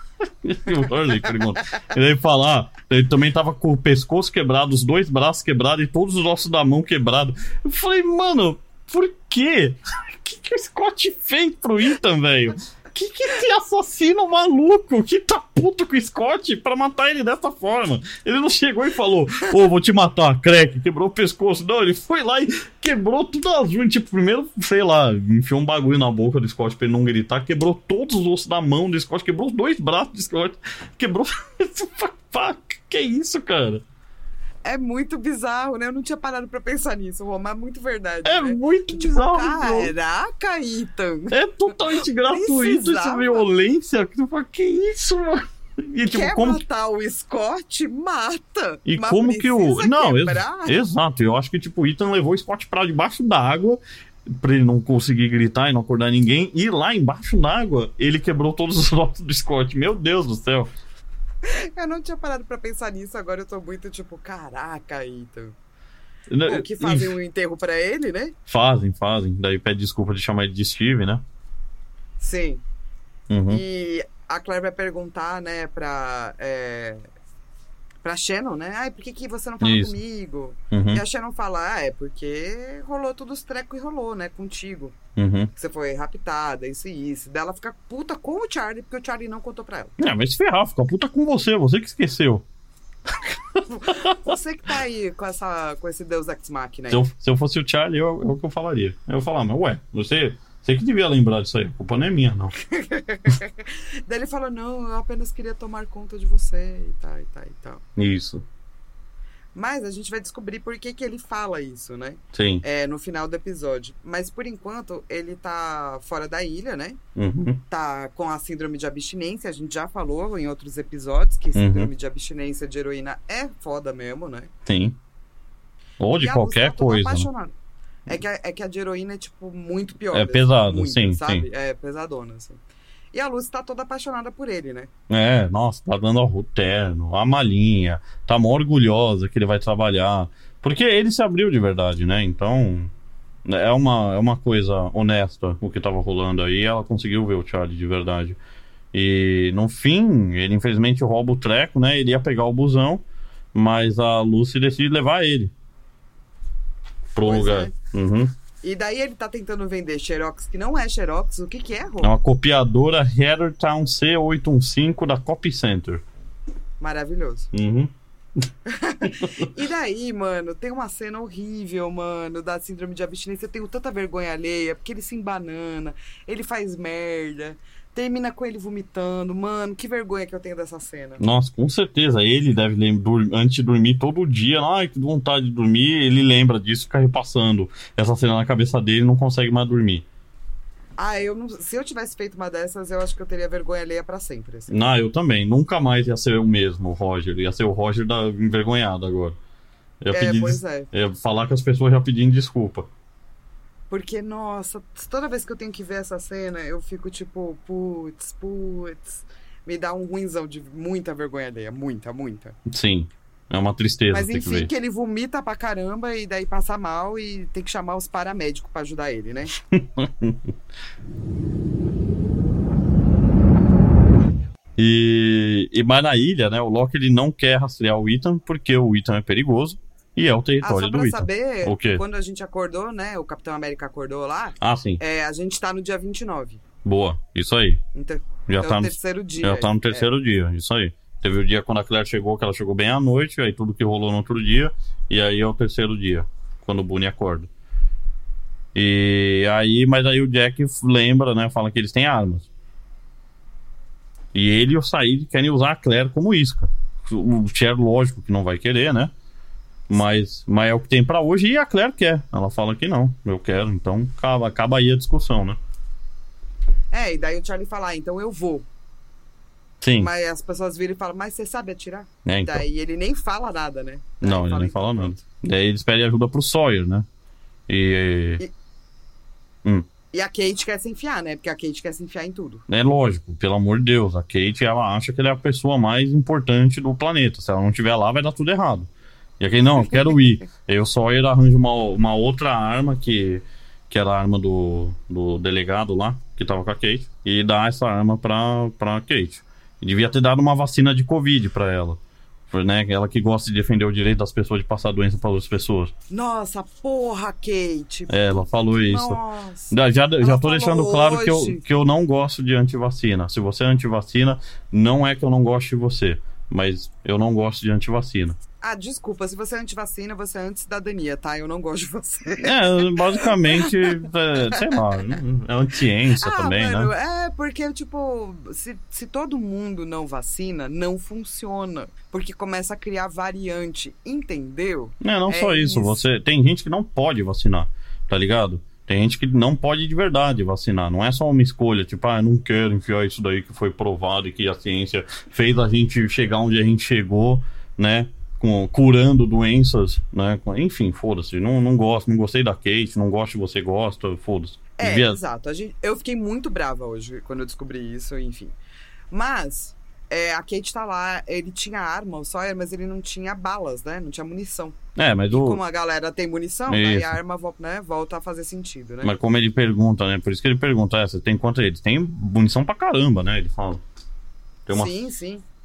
o Hurley pergunta. Ele aí fala, ah, ele também tava com o pescoço quebrado, os dois braços quebrados e todos os ossos da mão quebrados. Eu falei, mano, por quê? O que, que o Scott fez pro Ethan, velho? Que que esse assassino maluco que tá puto com o Scott pra matar ele dessa forma? Ele não chegou e falou, ô, vou te matar, crack, quebrou o pescoço. Não, ele foi lá e quebrou tudo as unhas. Tipo, primeiro, sei lá, enfiou um bagulho na boca do Scott pra ele não gritar, quebrou todos os ossos da mão do Scott, quebrou os dois braços do Scott, quebrou... Que isso, cara? É muito bizarro, né? Eu não tinha parado pra pensar nisso, Rô, mas é muito verdade. É né? muito Tipo, bizarro, bro. caraca, Ethan. É totalmente gratuito essa Precisava. violência. Que tu fala, que isso, mano? E tipo, Quer como matar o Scott? Mata. E Mas como que o. precisa Não, ex- quebrar? exato. Eu acho que tipo, o Ethan levou o Scott pra debaixo d'água pra ele não conseguir gritar e não acordar ninguém. E lá embaixo d'água, ele quebrou todos os ossos do Scott. Meu Deus do céu. Eu não tinha parado pra pensar nisso, agora eu tô muito tipo, caraca, Ethan. Né, O que fazem um enterro pra ele, né? Fazem, fazem. Daí pede desculpa de chamar ele de Steve, né? Sim. Uhum. E a Claire vai perguntar, né, pra, é, pra Shannon, né? Ai, por que, que você não fala Isso. comigo? Uhum. E a Shannon fala, ah, é porque rolou tudo os trecos e rolou, né? Contigo. Uhum. Você foi raptada, isso e isso. Daí ela fica puta com o Charlie, porque o Charlie não contou pra ela. É, vai se ferrar, fica puta com você, você que esqueceu. Você que tá aí com, essa, com esse Deus Ex Machina aí. Se eu, se eu fosse o Charlie, eu- é o que eu falaria. Eu ia falar, mas ué, você, você que devia lembrar disso aí, a culpa não é minha, não. Daí ele falou, não, eu apenas queria tomar conta de você e tal, e tal, e tal. Isso, Mas a gente vai descobrir por que, que ele fala isso, né? sim. É, no final do episódio. Mas por enquanto, ele tá fora da ilha, né? Uhum. Tá com a síndrome de abstinência. A gente já falou em outros episódios que síndrome de abstinência de heroína é foda mesmo, né? Sim. Ou de E a Luz qualquer tá toda coisa. Né? apaixonada. É que, a, é que a de heroína é, tipo, muito pior. É assim, pesado, muito, sim, sabe? sim. É pesadona, assim. E a Luz tá toda apaixonada por ele, né? É, nossa, tá dando o terno, a malinha, tá mó orgulhosa que ele vai trabalhar. Porque ele se abriu de verdade, né? Então, é uma, é uma coisa honesta o que tava rolando aí. Ela conseguiu ver o Charlie de verdade. E no fim, ele infelizmente rouba o treco, né? Ele ia pegar o busão, mas a Lucy decide levar ele pro Pois lugar. é. Uhum. E daí ele tá tentando vender Xerox, que não é Xerox. O que que é, Rô? É uma copiadora Heathertown C oitocentos e quinze da Copy Center. Maravilhoso. Uhum. E daí, mano, tem uma cena horrível, mano, da síndrome de abstinência. Eu tenho tanta vergonha alheia, porque ele se embanana, ele faz merda, termina com ele vomitando. Mano, que vergonha que eu tenho dessa cena. Nossa, com certeza. Ele deve lembrar, antes de dormir todo dia, ai, que vontade de dormir, ele lembra disso, fica repassando essa cena na cabeça dele e não consegue mais dormir. Ah, eu não, se eu tivesse feito uma dessas, eu acho que eu teria vergonha alheia pra sempre. Assim. Não, eu também. Nunca mais ia ser o mesmo, o Roger. Ia ser o Roger da envergonhado agora. Eu ia É, pedir pois des- é. ia falar com as pessoas já pedindo desculpa. Porque, nossa, toda vez que eu tenho que ver essa cena, eu fico tipo, putz, putz. Me dá um ruinzão de muita vergonha alheia. Muita, muita. Sim. É uma tristeza Mas ter que enfim, ver. que ele vomita pra caramba e daí passa mal e tem que chamar os paramédicos pra ajudar ele, né? E, e mas na ilha, né, o Loki ele não quer rastrear o Ethan porque o Ethan é perigoso e é o Ah, território só do pra Ethan. saber, O quê? quando a gente acordou, né? O Capitão América acordou lá, Ah, sim. é, a gente tá no dia vinte e nove. Boa. Isso aí. Então, Já é tá o no, terceiro dia. já tá no é. terceiro dia. Isso aí. Teve o dia quando a Claire chegou, que ela chegou bem à noite, aí tudo que rolou no outro dia, e aí é o terceiro dia, quando o Boone acorda. E aí, mas aí o Jack lembra, né? Fala que eles têm armas. E ele e o Said querem usar a Claire como isca. O Cher, lógico que não vai querer, né? Mas, mas é o que tem pra hoje e a Claire quer. Ela fala que não, eu quero. Então acaba, acaba aí a discussão, né? É, e daí o Charlie fala, ah, então eu vou. Sim. Mas as pessoas viram e falam, mas você sabe atirar? É, então. Daí ele nem fala nada, né? Daí Não, ele nem então, fala nada. pronto. Daí eles pedem ajuda pro Sawyer, né? E. E- Hum. E a Kate quer se enfiar, né? Porque a Kate quer se enfiar em tudo. É lógico, pelo amor de Deus. A Kate, ela acha que ela é a pessoa mais importante do planeta. Se ela não estiver lá, vai dar tudo errado. E aqui, não, eu quero ir. Aí o Sawyer arranja uma, uma outra arma, que, que era a arma do, do delegado lá, que tava com a Kate, e dá essa arma pra, pra Kate. E devia ter dado uma vacina de Covid pra ela. Né? Ela que gosta de defender o direito das pessoas de passar doença para outras pessoas. Nossa, porra, Kate. É, ela falou isso. Nossa. Já, já, já tô falou deixando claro que eu, hoje. que eu não gosto de antivacina. Se você é antivacina, não é que eu não gosto de você, mas eu não gosto de antivacina. Ah, desculpa, se você é antivacina, você é anti-cidadania, tá? Eu não gosto de você. É, basicamente, é, sei lá, é anti-ciência Ah, também, mano, né? é porque, tipo, se, se todo mundo não vacina, não funciona. Porque começa a criar variante, entendeu? É, não é só isso, isso. você tem gente que não pode vacinar, tá ligado? Tem gente que não pode de verdade vacinar, não é só uma escolha, tipo, ah, eu não quero enfiar isso daí que foi provado e que a ciência fez a gente chegar onde a gente chegou, né? Com, curando doenças, né? Enfim, foda-se, não, não gosto, não gostei da Kate, não gosto de você gosta, foda-se. É, Devia- exato. A gente, eu fiquei muito brava hoje quando eu descobri isso, enfim. Mas, é, a Kate tá lá, ele tinha arma, o Sawyer, mas ele não tinha balas, né? Não tinha munição. É, mas E o... como a galera tem munição, aí Isso. a arma vo- né, volta a fazer sentido, né? Mas como ele pergunta, né? Por isso que ele pergunta, é, você tem quanto ele? Tem munição pra caramba, né? Ele fala. Tem uma... Sim, sim.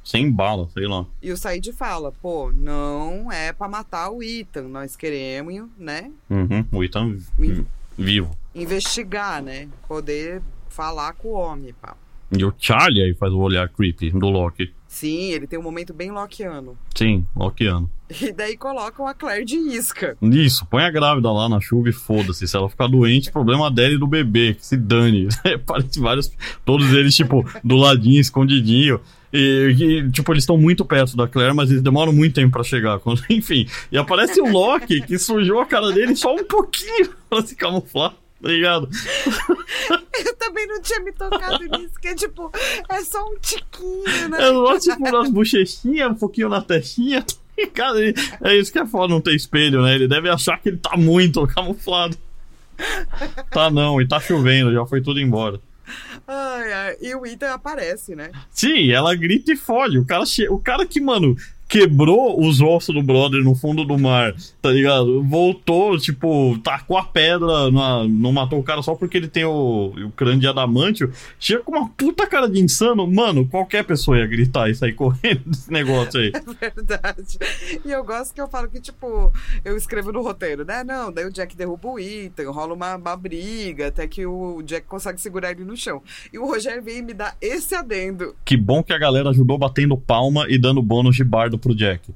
Sem bala, sei lá. E o Said fala, pô, não é pra matar o Ethan, nós queremos, né? Uhum, o Ethan In- vivo. investigar, né? Poder falar com o homem, pá. E o Charlie aí faz o olhar creepy do Loki. Sim, ele tem um momento bem Lokiano. Sim, Lokiano. E daí colocam a Claire de isca. Isso, põe a grávida lá na chuva e foda-se. Se ela ficar doente, problema dela e do bebê, que se dane. Parece vários. Todos eles, tipo, do ladinho, escondidinho. E, e, tipo, eles estão muito perto da Claire, mas eles demoram muito tempo pra chegar. Quando, enfim. E aparece o Loki, que sujou a cara dele só um pouquinho pra se camuflar. Tá ligado? Eu também não tinha me tocado nisso, que é tipo, é só um tiquinho, né? É só, tipo, nas bochechinhas, um pouquinho na testinha. Tá ligado? É isso que é foda não ter espelho, né? Ele deve achar que ele tá muito camuflado. Tá não, e tá chovendo, já foi tudo embora. Ai, ai, e o Ethan aparece, né? Sim, ela grita e fode. O cara, che... o cara que, mano, quebrou os ossos do brother no fundo do mar, tá ligado? Voltou, tipo, tacou a pedra, na... não matou o cara só porque ele tem o, o crânio de adamantio. Chega com uma puta cara de insano. Mano, qualquer pessoa ia gritar e sair correndo desse negócio aí. É verdade. E eu gosto que eu falo que, tipo, eu escrevo no roteiro, né? Não, daí o Jack derruba o Ethan, rola uma, uma briga, até que o Jack consegue segurar ele no chão. E o Rogério vem me dar esse adendo. Que bom que a galera ajudou batendo palma e dando bônus de bardo pro Jack.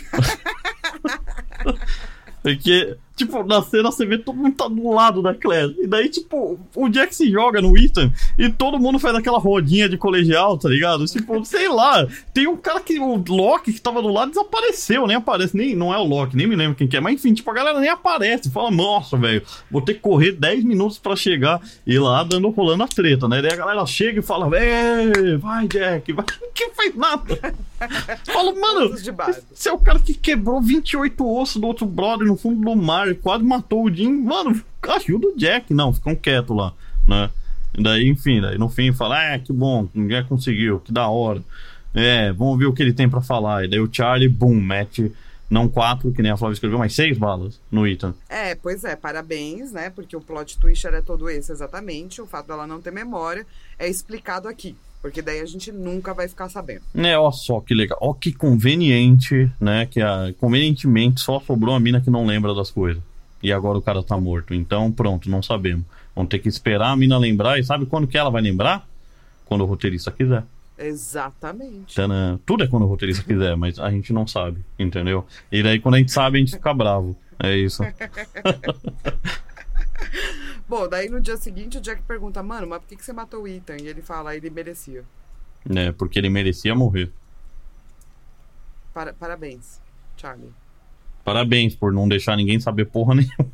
Porque, tipo, na cena você vê todo mundo tá do lado da Claire. E daí, tipo, o Jack se joga no Ethan e todo mundo faz aquela rodinha de colegial, tá ligado? Tipo, sei lá. Tem um cara que, o Loki, que tava do lado, desapareceu, nem aparece. Nem, não é o Loki, nem me lembro quem que é. Mas enfim, tipo, a galera nem aparece. Fala, nossa, velho, vou ter que correr dez minutos pra chegar e lá dando, rolando a treta, né? Daí a galera chega e fala, ei, vai, Jack, vai. Ninguém faz nada. Fala, mano, você é o cara que quebrou vinte e oito ossos do outro brother no fundo do mar e quase matou o Jim. Mano, ajuda o Jack. Não, ficam quietos lá, né? E daí, enfim, daí no fim fala, é, que bom, ninguém conseguiu, que da hora. É, vamos ver o que ele tem pra falar. E daí o Charlie, boom, mete, não quatro, que nem a Flávia escreveu, mas seis balas no Ethan. É, pois é, parabéns, né? Porque o plot twist é todo esse, exatamente. O fato dela não ter memória é explicado aqui. Porque daí a gente nunca vai ficar sabendo. É, ó só que legal. Ó que conveniente, né? Que a, convenientemente só sobrou a mina que não lembra das coisas. E agora o cara tá morto. Então, pronto, não sabemos. Vamos ter que esperar a mina lembrar. E sabe quando que ela vai lembrar? Quando o roteirista quiser. Exatamente. Tadã. Tudo é quando o roteirista quiser, mas a gente não sabe, entendeu? E daí quando a gente sabe, a gente fica bravo. É isso. Bom, daí no dia seguinte o Jack pergunta, mano, mas por que, que você matou o Ethan? E ele fala, ele merecia. É, porque ele merecia morrer. Para, parabéns, Charlie. Parabéns por não deixar ninguém saber porra nenhuma.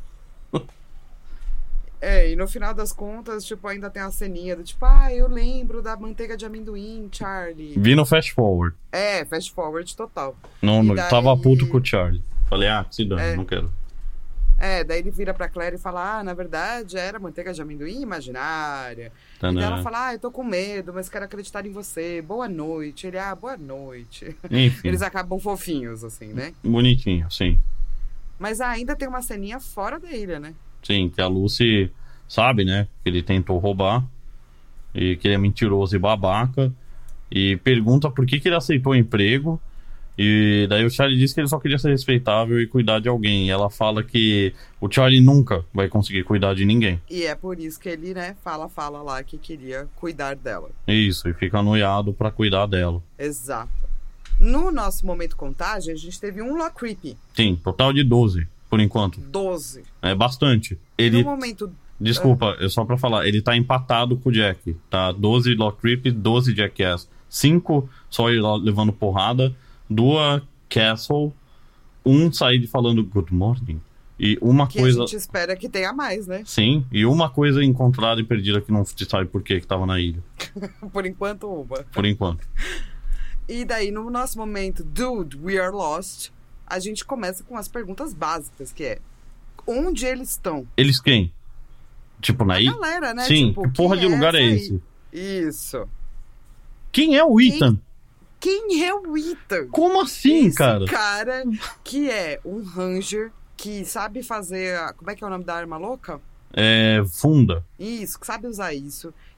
É, e no final das contas, tipo, ainda tem a ceninha do tipo, ah, eu lembro da manteiga de amendoim, Charlie. Vi no fast forward. É, fast forward total. Não, não daí... tava puto com o Charlie. Falei, ah, se dane, é. não quero. É, daí ele vira pra Claire e fala, ah, na verdade era manteiga de amendoim imaginária. Tá, e né? daí ela fala, ah, eu tô com medo, mas quero acreditar em você. Boa noite. Ele, ah, boa noite. Enfim. Eles acabam fofinhos, assim, né? Bonitinho, sim. Mas ainda tem uma ceninha fora da ilha, né? Sim, que a Lucy sabe, né? Que ele tentou roubar. E que ele é mentiroso e babaca. E pergunta por que, que ele aceitou o emprego. E daí o Charlie diz que ele só queria ser respeitável e cuidar de alguém. E ela fala que o Charlie nunca vai conseguir cuidar de ninguém. E é por isso que ele, né, fala, fala lá que queria cuidar dela. Isso, e fica noiado pra cuidar dela. Exato. No nosso momento contagem, a gente teve um Law Creepy. Sim, total de doze, por enquanto. doze. É bastante. Ele... No momento... Desculpa, é só pra falar. Ele tá empatado com o Jack. Tá doze Law Creepy, doze Jackass. cinco só ele lá levando porrada. Duas Castle, um Said falando good morning e uma que coisa... a gente espera que tenha mais, né? Sim, e uma coisa encontrada e perdida que não se sabe por que que tava na ilha. Por enquanto, uma. Por enquanto. E daí, no nosso momento, Dude, we are lost, a gente começa com as perguntas básicas, que é, onde eles estão? Eles quem? Tipo, na A ilha? galera, né? Sim, Tipo, que porra quem de lugar é essa esse? aí? Isso. Quem é o Ethan? Quem é o Ethan? Como assim, Esse cara? cara que é um ranger que sabe fazer... a- Como é que é o nome da arma louca? É, funda. Isso, que sabe usar isso.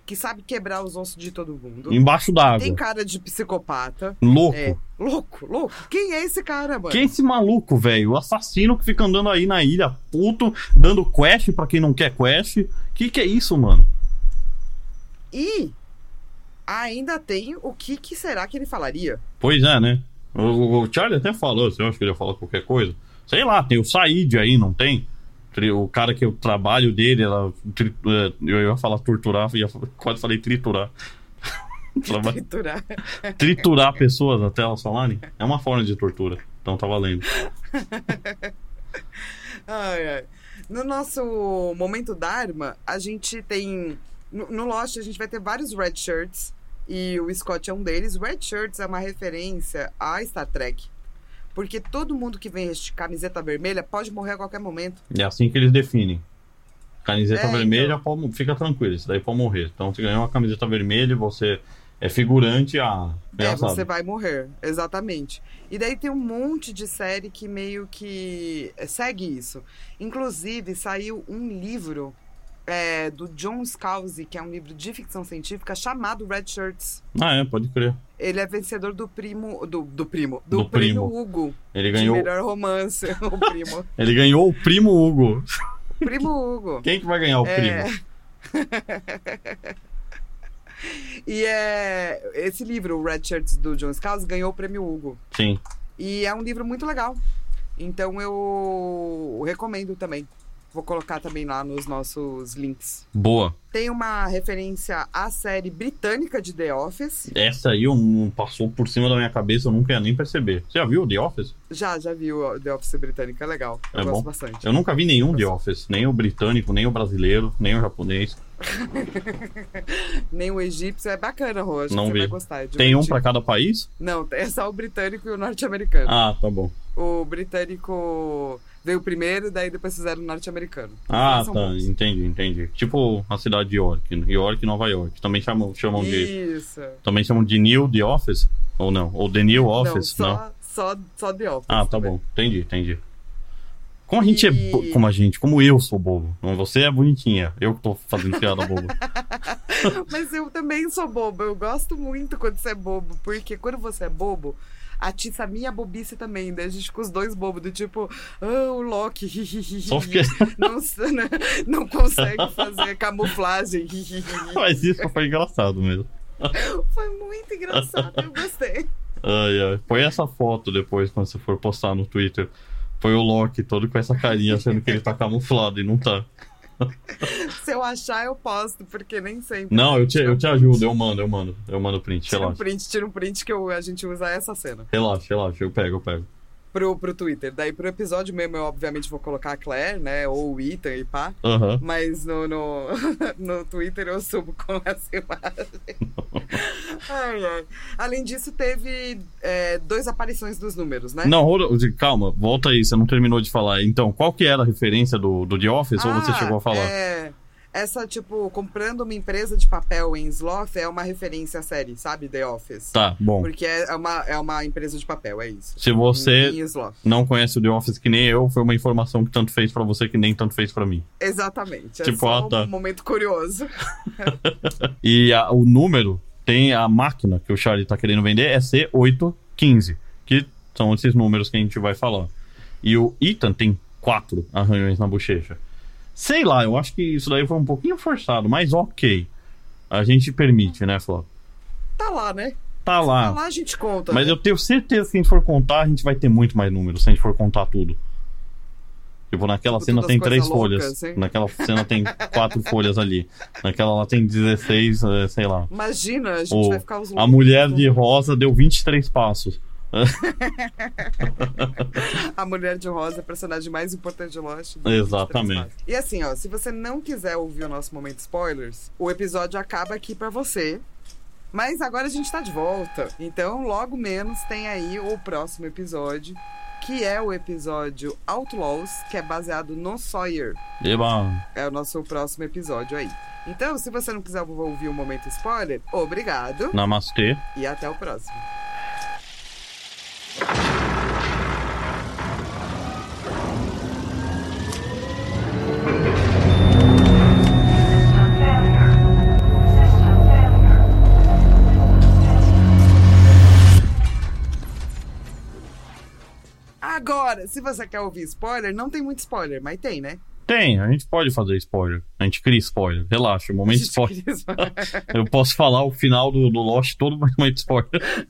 que sabe quebrar os ossos de todo mundo. Embaixo d'água. Tem cara de psicopata. Louco. É, louco, louco. Quem é esse cara, mano? Quem é esse maluco, velho? O assassino que fica andando aí na ilha, puto, dando quest pra quem não quer quest. Que que é isso, mano? E ainda tem o que, que será que ele falaria? Pois é, né? O, o Charlie até falou, você acha que ele ia falar qualquer coisa? Sei lá, tem o Said aí, não tem? O cara que o trabalho dele era. Eu ia falar torturar, ia, quase falei triturar. Triturar. Triturar pessoas até elas falarem. É uma forma de tortura. Então tá valendo. Ai, ai. No nosso momento Dharma, a gente tem. No, no Lost, a gente vai ter vários red shirts. E o Scott é um deles. Red shirts é uma referência a Star Trek. Porque todo mundo que vem de camiseta vermelha pode morrer a qualquer momento. É assim que eles definem. Camiseta é, vermelha, então... pode, fica tranquilo, isso daí pode morrer. Então, se ganhar uma camiseta vermelha e você é figurante, ah, já É, sabe. você vai morrer, exatamente. E daí tem um monte de série que meio que segue isso. Inclusive, saiu um livro é, do John Scalzi, que é um livro de ficção científica, chamado Red Shirts. Ah, é, pode crer. Ele é vencedor do primo. Do, do primo. Do, Do prêmio primo. Hugo. Ele ganhou. De melhor romance, o primo. Ele ganhou o primo Hugo. Primo Hugo. Quem que vai ganhar o É... primo? E é. Esse livro, o Red Shirts do John Scalzi, ganhou o prêmio Hugo. Sim. E é um livro muito legal. Então eu recomendo também. Vou colocar também lá nos nossos links. Boa. Tem uma referência à série britânica de The Office. Essa aí um, passou por cima da minha cabeça, eu nunca ia nem perceber. Você já viu The Office? Já, já vi o The Office britânico, é legal. Eu É gosto bom? bastante. Eu nunca vi nenhum The Office. Nem o britânico, nem o brasileiro, nem o japonês. Nem o egípcio. É bacana, Rô. Acho Não que você vi. vai gostar. É Tem um divertido. pra cada país? Não, é só o britânico e o norte-americano. Ah, tá bom. O britânico veio primeiro, daí depois fizeram o norte-americano. Ah, São tá. bons. Entendi, entendi. Tipo a cidade de York. York e Nova York. Também chamam, chamam de. Isso. Também chamam de New The Office? Ou não? Ou The New Office? Não, Não. só, só, só The Office. Ah, tá né? bom. Entendi, entendi. Como a gente E- é. bo- Como a gente, como eu sou bobo. Você é bonitinha. Eu que tô fazendo piada boba. Mas eu também sou bobo. Eu gosto muito quando você é bobo. Porque quando você é bobo, atiça a minha bobice também. Daí a gente com os dois bobos, do tipo, ah, o Loki. Só porque. Não, não consegue fazer camuflagem. Mas isso foi engraçado mesmo. Foi muito engraçado, eu gostei. Ai, ai. Põe essa foto depois quando você for postar no Twitter. Põe o Loki todo com essa carinha, sendo que ele tá camuflado e não tá. Se eu achar, eu posto, porque nem sempre. Não, eu te, eu te ajudo, eu mando, eu mando. Eu mando print, Tira um relaxa. print, tira um print que eu, a gente usa essa cena. Relaxa, relaxa, eu pego, eu pego. Pro, pro Twitter. Daí pro episódio mesmo, eu obviamente vou colocar a Claire, né? Ou o Ethan e pá. Aham. Mas no, no, no Twitter eu subo com essa imagem. Ai, ai. Além disso, teve é, dois aparições dos números, né? Não, roda- calma, volta aí, você não terminou de falar. Então, qual que era a referência do, do The Office, ou você Ah, chegou a falar? É, essa, tipo, comprando uma empresa de papel em Sloth é uma referência à série, sabe? The Office. Tá, bom. Porque é uma, é uma empresa de papel, é isso. Se você Em, em Sloth. não conhece o The Office que nem eu, foi uma informação que tanto fez pra você que nem tanto fez pra mim. Exatamente. É Tipo, só ah, tá. um momento curioso. E a- o número, tem a máquina que o Charlie tá querendo vender, é C oito quinze, que são esses números que a gente vai falar. E o Ethan tem quatro arranhões na bochecha. Sei lá, eu acho que isso daí foi um pouquinho forçado, mas ok. A gente permite, né, Flávio? Tá lá, né? Tá Tá lá. lá, a gente conta. Mas né? eu tenho certeza que se a gente for contar, a gente vai ter muito mais números, se a gente for contar tudo. Tipo, naquela Tipo, cena todas tem coisas três loucas, folhas. hein? Naquela cena tem quatro folhas ali. Naquela lá tem dezesseis, eh, sei lá. Imagina, a gente O- vai ficar os A mulher de rosa deu vinte e três passos. A Mulher de Rosa é a personagem mais importante de Lost. Exatamente. E assim, ó, se você não quiser ouvir o nosso momento spoilers, o episódio acaba aqui pra você. Mas agora a gente tá de volta. Então, logo menos tem aí o próximo episódio, que é o episódio Outlaws, que é baseado no Sawyer. Eba. É o nosso próximo episódio aí. Então, se você não quiser ouvir o momento spoiler, obrigado Namastê. e até o próximo. System Agora, se você quer ouvir spoiler, não tem muito spoiler, mas tem, né? Tem, a gente pode fazer spoiler. A gente cria spoiler. Relaxa, momento A gente spoiler. cria spoiler. Eu posso falar o final do, do Lost todo, mas momento spoiler.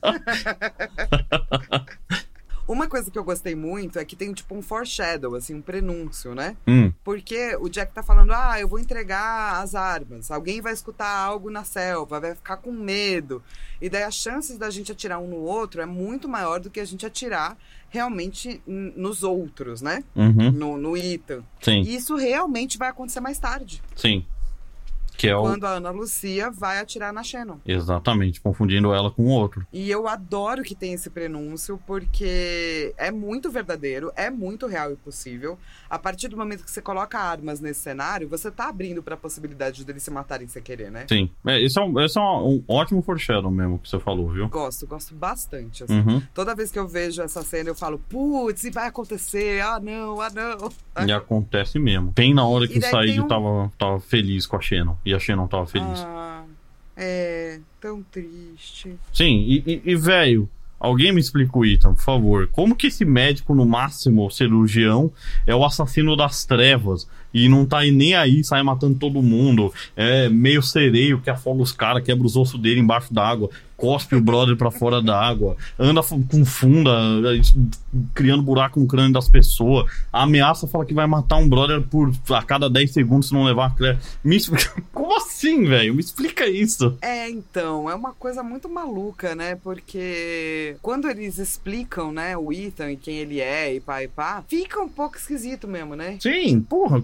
Uma coisa que eu gostei muito é que tem tipo um foreshadow, assim, um prenúncio, né? Hum, Porque o Jack tá falando, ah, eu vou entregar as armas. Alguém vai escutar algo na selva, vai ficar com medo. E daí as chances da gente atirar um no outro é muito maior do que a gente atirar realmente n- nos outros, né? uhum, No, no Ethan. sim, E isso realmente vai acontecer mais tarde. sim. Que é o... Quando a Ana Lucia vai atirar na Shannon. Exatamente, confundindo ela com o outro. E eu adoro que tem esse prenúncio, porque é muito verdadeiro, é muito real e possível. A partir do momento que você coloca armas nesse cenário, você tá abrindo pra possibilidade deles se matarem sem querer, né? Sim, é, esse é, um, esse é um, um ótimo foreshadow mesmo que você falou, viu? Gosto, gosto bastante, assim. Uhum. Toda vez que eu vejo essa cena, eu falo, putz, e vai acontecer, ah não, ah não. E acontece mesmo. Tem na hora que E o daí Said tem um- tava, tava feliz com a Shannon. E a Shannon tava feliz. Ah, é, tão triste. Sim, e, e, e, velho, alguém me explica o Ethan, por favor. Como que esse médico, no máximo cirurgião, é o assassino das trevas e não tá aí nem aí, sai matando todo mundo? É meio sereio que afoga os caras, quebra os ossos dele embaixo d'água, cospe o brother pra fora da água, anda f- com funda, é, criando buraco no crânio das pessoas, ameaça, fala que vai matar um brother por a cada dez segundos se não levar a Claire. Me explica... Como assim, velho? Me explica isso. É, então, é uma coisa muito maluca, né? Porque quando eles explicam, né, o Ethan e quem ele é e pá e pá, fica um pouco esquisito mesmo, né? Sim, porra.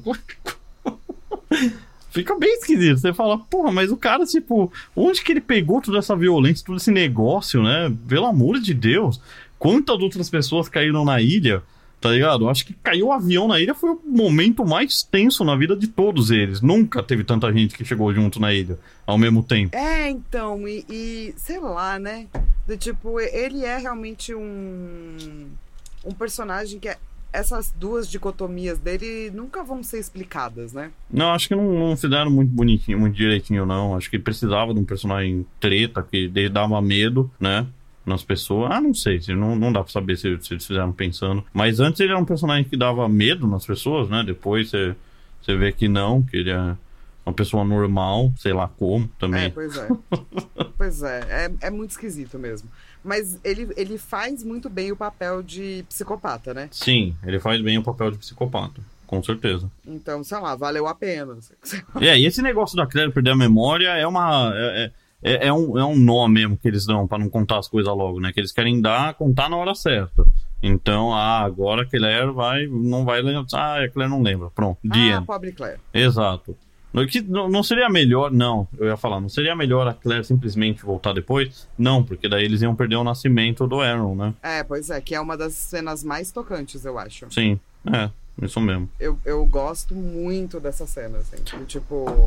Fica bem esquisito. Você fala, porra, mas o cara, tipo, onde que ele pegou toda essa violência, todo esse negócio, né? Pelo amor de Deus. Quantas outras pessoas caíram na ilha, tá ligado? Acho que caiu o avião na ilha foi o momento mais tenso na vida de todos eles. Nunca teve tanta gente que chegou junto na ilha ao mesmo tempo. É, então, e, e sei lá, né? Do tipo, ele é realmente um, um personagem que é, essas duas dicotomias dele nunca vão ser explicadas, né? Não, acho que não, não fizeram muito bonitinho, muito direitinho, não. Acho que precisava de um personagem treta, que ele dava medo, né? Nas pessoas. Ah, não sei, se- não, não dá pra saber se, se eles fizeram pensando. Mas antes ele era um personagem que dava medo nas pessoas, né? Depois você, você vê que não, que ele é uma pessoa normal, sei lá como É, também. pois é. Pois é, é, é muito esquisito mesmo. Mas ele, ele faz muito bem o papel de psicopata, né? Sim, ele faz bem o papel de psicopata, com certeza. Então, sei lá, valeu a pena. É, e esse negócio da Claire perder a memória é uma. É, é, é um, é um nó mesmo que eles dão pra não contar as coisas logo, né? Que eles querem dar, contar na hora certa. Então, ah, agora a Claire vai, não vai lembrar. Ah, a Claire não lembra. Pronto, the Ah, end. pobre Claire. Exato. No que- Não, não seria melhor, não, eu ia falar, não seria melhor a Claire simplesmente voltar depois? Não, porque daí eles iam perder o nascimento do Aaron, né? É, pois é, que é uma das cenas mais tocantes, eu acho. Sim, é, isso mesmo. Eu, eu gosto muito dessa cena, assim. Que, tipo.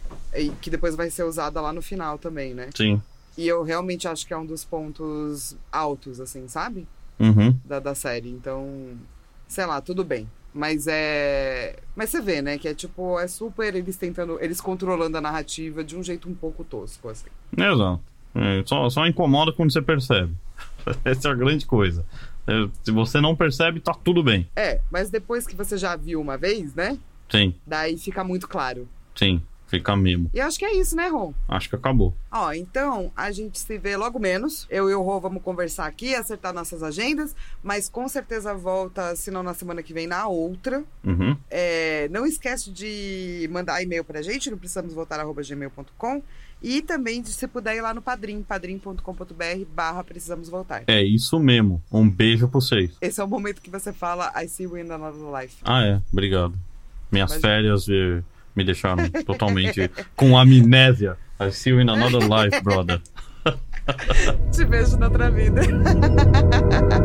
E que depois vai ser usada lá no final também, né? Sim. E eu realmente acho que é um dos pontos altos, assim, sabe? Uhum. Da, da série. Então, sei lá, tudo bem. Mas é. Mas você vê, né? Que é tipo, é super eles tentando. Eles controlando a narrativa de um jeito um pouco tosco, assim. Exato. É, só, só incomoda quando você percebe. Essa é a grande coisa. É, se você não percebe, tá tudo bem. É, mas depois que você já viu uma vez, né? Sim, Daí fica muito claro. sim, fica mesmo. E acho que é isso, né, Ron? Acho que acabou. Ó, então a gente se vê logo menos. Eu e o Rô vamos conversar aqui, acertar nossas agendas, mas com certeza volta, se não na semana que vem, na outra. Uhum. É, não esquece de mandar e-mail pra gente, não precisamos voltar arroba gmail ponto com, e também de se puder ir lá no Padrim, padrim ponto com ponto br barra precisamos voltar. É isso mesmo. Um beijo pra vocês. Esse é o momento que você fala I see you in another life. Ah, é. Obrigado. Minhas Mas- férias eh, me deixaram totalmente com amnésia. I see you in another life, brother. Te vejo na outra vida.